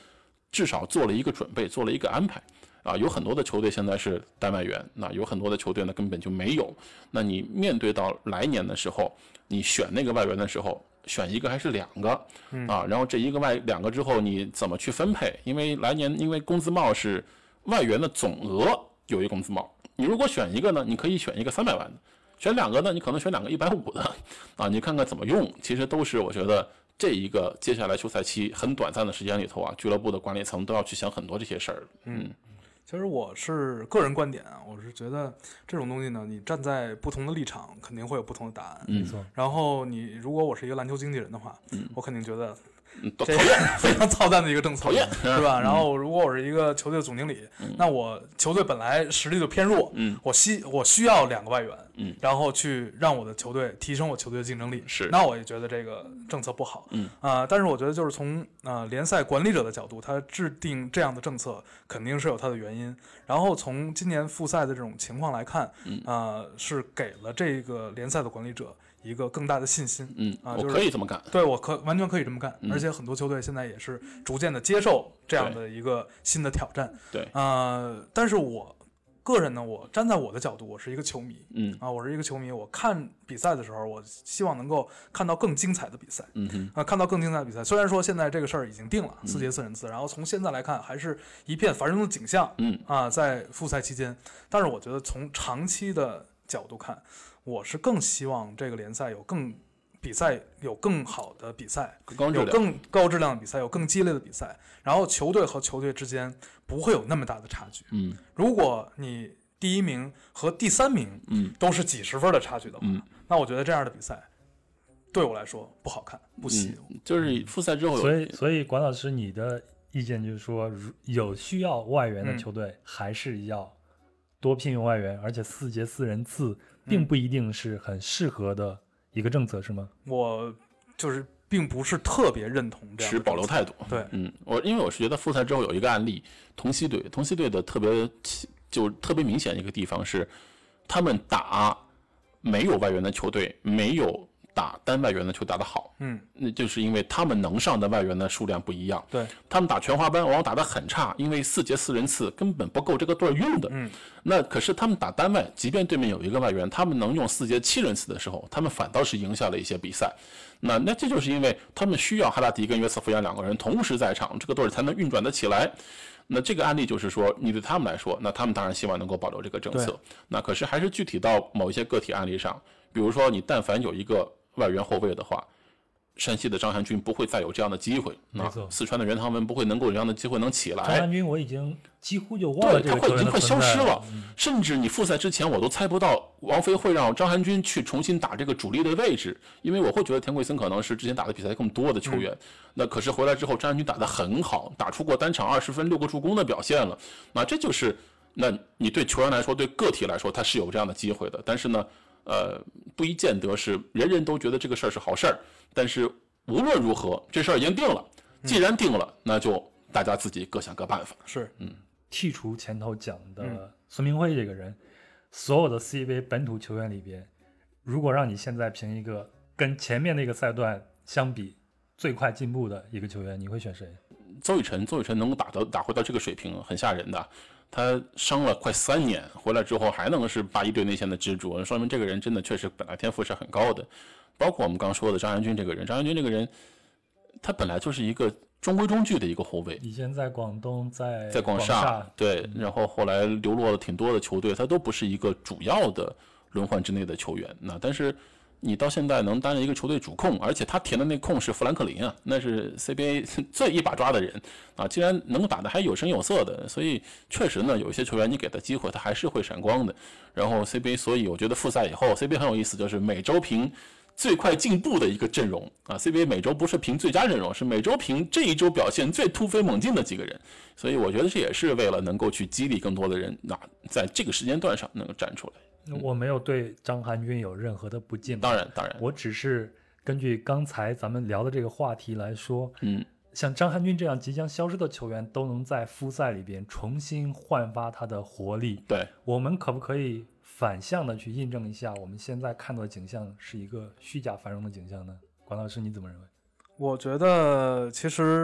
A: 至少做了一个准备，做了一个安排。啊，有很多的球队现在是单外援，那有很多的球队呢根本就没有。那你面对到来年的时候，你选那个外援的时候，选一个还是两个啊？然后这一个外两个之后你怎么去分配？因为来年因为工资帽是外援的总额有一个工资帽，你如果选一个呢，你可以选一个三百万的，选两个呢，你可能选两个一百五的啊，你看看怎么用。其实都是我觉得这一个接下来休赛期很短暂的时间里头啊，俱乐部的管理层都要去想很多这些事儿。嗯。
B: 其实我是个人观点啊，我是觉得这种东西呢，你站在不同的立场，肯定会有不同的答案。
C: 没错。
B: 然后你如果我是一个篮球经纪人的话，
A: 嗯、
B: 我肯定觉得
A: 这个
B: 非常操蛋的一个政策，
A: 讨厌
B: 是吧？然后如果我是一个球队的总经理，
A: 嗯、
B: 那我球队本来实力就偏弱，
A: 嗯，
B: 我需我需要两个外援，
A: 嗯，
B: 然后去让我的球队提升我球队的竞争力，
A: 是，
B: 那我也觉得这个政策不好，
A: 嗯
B: 啊、呃，但是我觉得就是从呃联赛管理者的角度，他制定这样的政策肯定是有他的原因。然后从今年复赛的这种情况来看，
A: 嗯，
B: 呃，是给了这个联赛的管理者一个更大的信心，
A: 嗯
B: 啊、呃，
A: 我可以这么干，
B: 对，我可完全可以这么干，
A: 嗯、
B: 而且很多球队现在也是逐渐的接受这样的一个新的挑战，
A: 对，
B: 呃，但是我个人呢，我站在我的角度，我是一个球迷，
A: 嗯
B: 啊，我是一个球迷，我看比赛的时候，我希望能够看到更精彩的比赛，
A: 嗯哼，
B: 啊，看到更精彩的比赛。虽然说现在这个事儿已经定了，四节四人次，然后从现在来看，还是一片繁荣的景象，
A: 嗯
B: 啊，在复赛期间，但是我觉得从长期的角度看，我是更希望这个联赛有更比赛有更好的比赛，有更高质量的比赛，有更激烈的比赛，然后球队和球队之间不会有那么大的差距。
A: 嗯，
B: 如果你第一名和第三名，
A: 嗯，
B: 都是几十分的差距的话，
A: 嗯，
B: 那我觉得这样的比赛对我来说不好看，不吸引我。
A: 嗯、就是复赛之后有，
C: 所以所以管老师你的意见就是说，有需要外援的球队、嗯、还是要多聘用外援，而且四节四人次并不一定是很适合的一个政策，是吗？
B: 我就是并不是特别认同这样
A: 持保留态度。
B: 对，
A: 嗯，我因为我是觉得复赛之后有一个案例，同曦队，同曦队的特别就特别明显一个地方是，他们打没有外援的球队，没有打单外援的球打得好。
B: 嗯，
A: 那就是因为他们能上的外援的数量不一样。
B: 对，
A: 他们打全华班往往打得很差，因为四节四人次根本不够这个队用的。
B: 嗯，
A: 那可是他们打单外，即便对面有一个外援，他们能用四节七人次的时候，他们反倒是赢下了一些比赛。那那这就是因为他们需要哈拉迪跟约瑟夫亚两个人同时在场，这个队才能运转得起来。那这个案例就是说，你对他们来说，那他们当然希望能够保留这个政策。那可是还是具体到某一些个体案例上，比如说你但凡有一个外援后卫的话，山西的张涵军不会再有这样的机会，那四川的袁唐文不会能够有这样的机会能起来。
C: 张涵军我已经几乎就忘了这个球员的存在了，对，他会已经快消失了。
A: 嗯、甚至你复赛之前我都猜不到王菲会让张涵军去重新打这个主力的位置，因为我会觉得田贵森可能是之前打的比赛更多的球员。嗯、那可是回来之后，张涵军打得很好，打出过单场二十分六个助攻的表现了。那这就是那你对球员来说，对个体来说，他是有这样的机会的。但是呢，呃，不一见得是人人都觉得这个事儿是好事儿。但是无论如何，这事儿已经定了，既然定了，嗯、那就大家自己各想各办法。
B: 是，
A: 嗯，
C: 剔除前头讲的孙明辉这个人，嗯、所有的 C B A 本土球员里边，如果让你现在评一个跟前面那个赛段相比最快进步的一个球员，你会选谁？
A: 邹宇辰，邹宇辰能够打到打回到这个水平，很吓人的。他伤了快三年，回来之后还能是八一队内线的支柱，说明这个人真的确实本来天赋是很高的。包括我们刚说的张涵军这个人，张涵军这个人，他本来就是一个中规中矩的一个后卫，
C: 以前在广东，在
A: 在广
C: 厦，
A: 对，然后后来流落了挺多的球队，他都不是一个主要的轮换之内的球员。那但是你到现在能担任一个球队主控，而且他填的那空是富兰克林啊，那是 C B A 最一把抓的人啊，竟然能够打得还有声有色的，所以确实呢，有一些球员你给他机会，他还是会闪光的。然后 C B A， 所以我觉得复赛以后 ，C B A 很有意思，就是每周评最快进步的一个阵容啊 ，C B A 每周不是评最佳阵容，是每周评这一周表现最突飞猛进的几个人，所以我觉得这也是为了能够去激励更多的人，那在这个时间段上能够站出来。
C: 我没有对张涵军有任何的不敬，
A: 当然当然，
C: 我只是根据刚才咱们聊的这个话题来说，
A: 嗯，
C: 像张涵军这样即将消失的球员都能在复赛里边重新焕发他的活力，
A: 对，
C: 我们可不可以反向的去印证一下我们现在看到的景象是一个虚假繁荣的景象呢？管老师你怎么认为？
B: 我觉得其实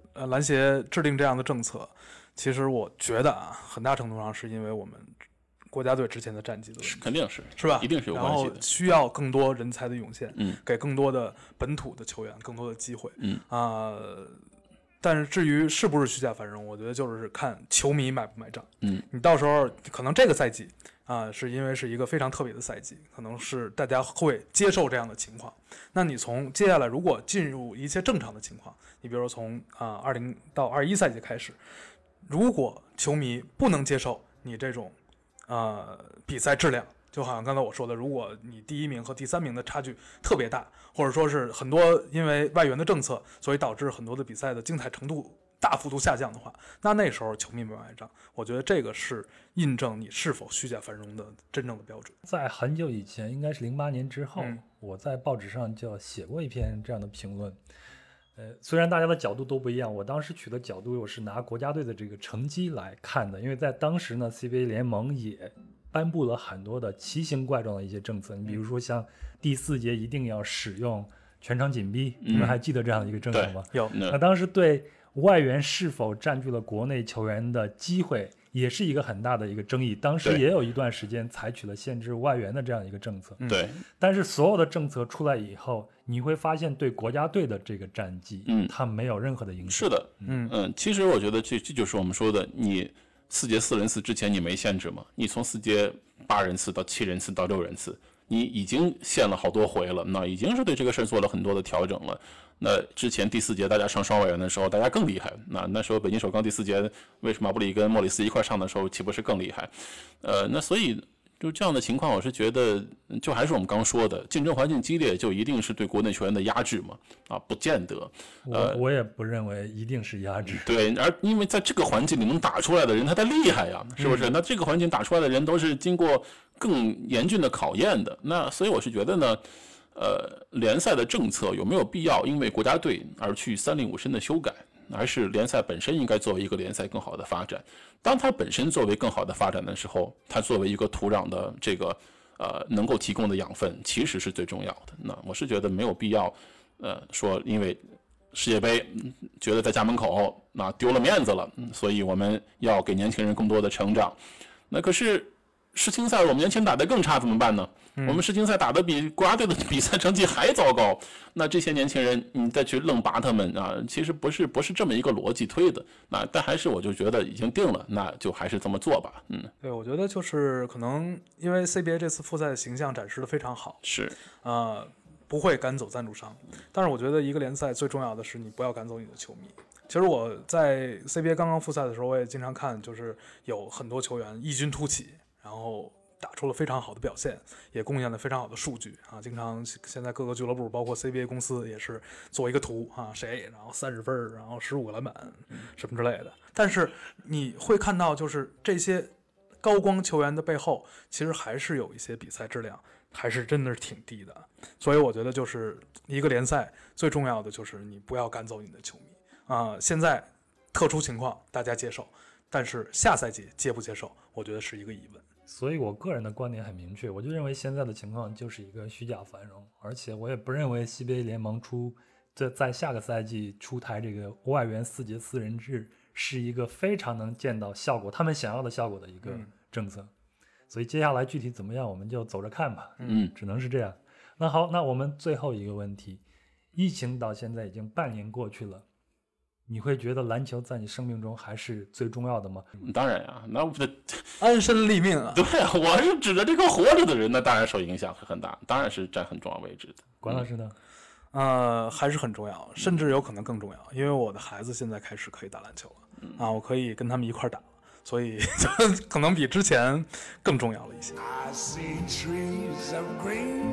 B: 呃篮协制定这样的政策，其实我觉得啊，很大程度上是因为我们国家队之前的战绩的问题，
A: 肯定是
B: 是吧？
A: 一定是有关系的。
B: 然后需要更多人才的涌现，
A: 嗯，
B: 给更多的本土的球员更多的机会，
A: 嗯
B: 啊、呃。但是至于是不是虚假繁荣，我觉得就是看球迷买不买账。
A: 嗯，
B: 你到时候可能这个赛季啊、呃，是因为是一个非常特别的赛季，可能是大家会接受这样的情况。那你从接下来如果进入一切正常的情况，你比如说从啊二零到二一赛季开始，如果球迷不能接受你这种呃比赛质量，就好像刚才我说的，如果你第一名和第三名的差距特别大，或者说是很多因为外援的政策，所以导致很多的比赛的精彩程度大幅度下降的话，那那时候球迷没买账。我觉得这个是印证你是否虚假繁荣的真正的标准。
C: 在很久以前，应该是零八年之后、
B: 嗯，
C: 我在报纸上就写过一篇这样的评论。呃，虽然大家的角度都不一样，我当时取的角度我是拿国家队的这个成绩来看的，因为在当时呢 C B A 联盟也颁布了很多的奇形怪状的一些政策，你比如说像第四节一定要使用全场紧逼、嗯、你们还记得这样的一个政策吗？
B: 有。
C: 那当时对外援是否占据了国内球员的机会也是一个很大的一个争议，当时也有一段时间采取了限制外援的这样一个政策。
A: 对，
C: 但是所有的政策出来以后，你会发现对国家队的这个战绩，
A: 嗯，
C: 它没有任何的影响。
A: 是的，
B: 嗯
A: 嗯，其实我觉得这这就是我们说的，你四节四人次之前你没限制嘛，你从四节八人次到七人次到六人次，你已经限了好多回了，那已经是对这个事儿做了很多的调整了。那之前第四节大家上双外援的时候，大家更厉害。那那时候北京首钢第四节，为什么马布里跟莫里斯一块上的时候，岂不是更厉害？呃，那所以就这样的情况，我是觉得，就还是我们刚说的，竞争环境激烈，就一定是对国内球员的压制嘛？啊，不见得。
C: 呃，我我也不认为一定是压制。
A: 对，而因为在这个环境里能打出来的人，他的厉害呀，是不是？
B: 嗯、
A: 那这个环境打出来的人都是经过更严峻的考验的。那所以我是觉得呢。呃，联赛的政策有没有必要因为国家队而去三令五申的修改？而是联赛本身应该作为一个联赛更好的发展。当它本身作为更好的发展的时候，它作为一个土壤的这个呃能够提供的养分，其实是最重要的。那我是觉得没有必要，呃，说因为世界杯觉得在家门口那丢了面子了，所以我们要给年轻人更多的成长。那可是世青赛我们年轻人打得更差怎么办呢？
B: 嗯、
A: 我们世青赛打得比国家队的比赛成绩还糟糕，那这些年轻人你再去愣拔他们啊，其实不是不是这么一个逻辑推的。那但还是我就觉得已经定了，那就还是这么做吧。嗯，
B: 对，我觉得就是可能因为 C B A 这次复赛的形象展示的非常好，
A: 是
B: 啊、呃，不会赶走赞助商。但是我觉得一个联赛最重要的是你不要赶走你的球迷。其实我在 C B A 刚刚复赛的时候，我也经常看，就是有很多球员异军突起，然后打出了非常好的表现，也贡献了非常好的数据啊！经常现在各个俱乐部，包括 C B A 公司，也是做一个图啊，谁然后三十分，然后十五个篮板，什么之类的。但是你会看到，就是这些高光球员的背后，其实还是有一些比赛质量，还是真的是挺低的。所以我觉得，就是一个联赛最重要的就是你不要赶走你的球迷啊！现在特殊情况大家接受，但是下赛季接不接受，我觉得是一个疑问。
C: 所以我个人的观点很明确，我就认为现在的情况就是一个虚假繁荣，而且我也不认为 C B A 联盟出在在下个赛季出台这个外援四节四人制是一个非常能见到效果，他们想要的效果的一个政策。嗯、所以接下来具体怎么样，我们就走着看吧。
A: 嗯，
C: 只能是这样。那好，那我们最后一个问题，疫情到现在已经半年过去了。你会觉得篮球在你生命中还是最重要的吗？
A: 当然呀、啊，那我
B: 安身立命啊！
A: 对啊，我是指着这个活着的人，那当然受影响会很大，当然是占很重要位置的。
C: 管老师呢？
B: 呃，还是很重要，甚至有可能更重要，因为我的孩子现在开始可以打篮球了、嗯、啊，我可以跟他们一块打了，所以可能比之前更重要了一些。I see trees of green,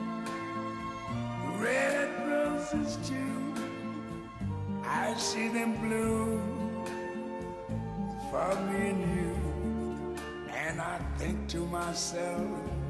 B: red roses too.I see them blue for me and you, and I think to myself,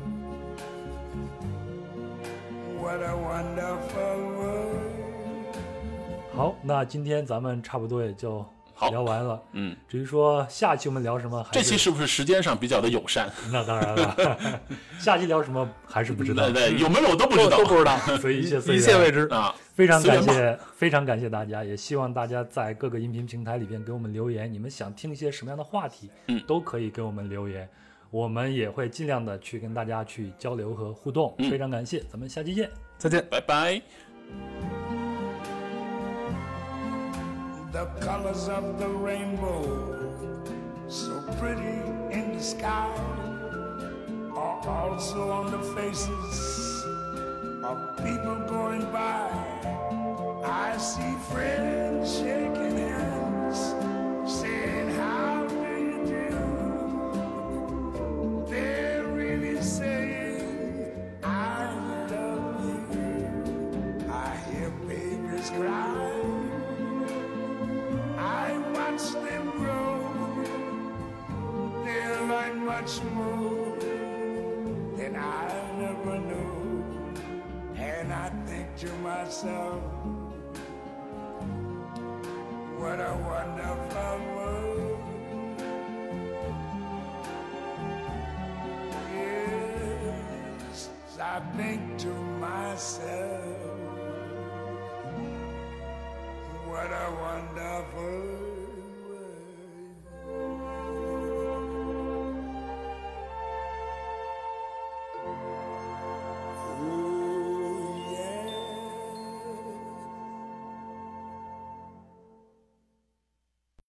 B: what a wonderful world. 好，那今天咱们差不多也就
A: 好
C: 聊完了。
A: 嗯，
C: 至于说下期我们聊什么，还
A: 这期是不是时间上比较的友善？
C: 那当然了，下期聊什么还是不知道，
A: 对对，有没有都不知道，
B: 都不知道，
C: 所以一切随
B: 一
C: 缘
B: 切未知。
A: 啊。
C: 非常感
A: 随
C: 谢，非常感谢大家，也希望大家在各个音频平台里边给我们留言，你们想听一些什么样的话题，
A: 嗯
C: 都可以给我们留言，我们也会尽量的去跟大家去交流和互动。
A: 嗯
C: 非常感谢，咱们下期见。
B: 再见。
A: 拜拜。
E: The colors of the rainbow, so pretty in the sky, are also on the faces of people going by. I see friends shaking hands, saying, how do you do? They're really saying, I love you. I hear babies cry. I watch them grow. They learn much more than I never knew. And I think to myself, what a wonderful world. Yes, I think to myself, what a wonderful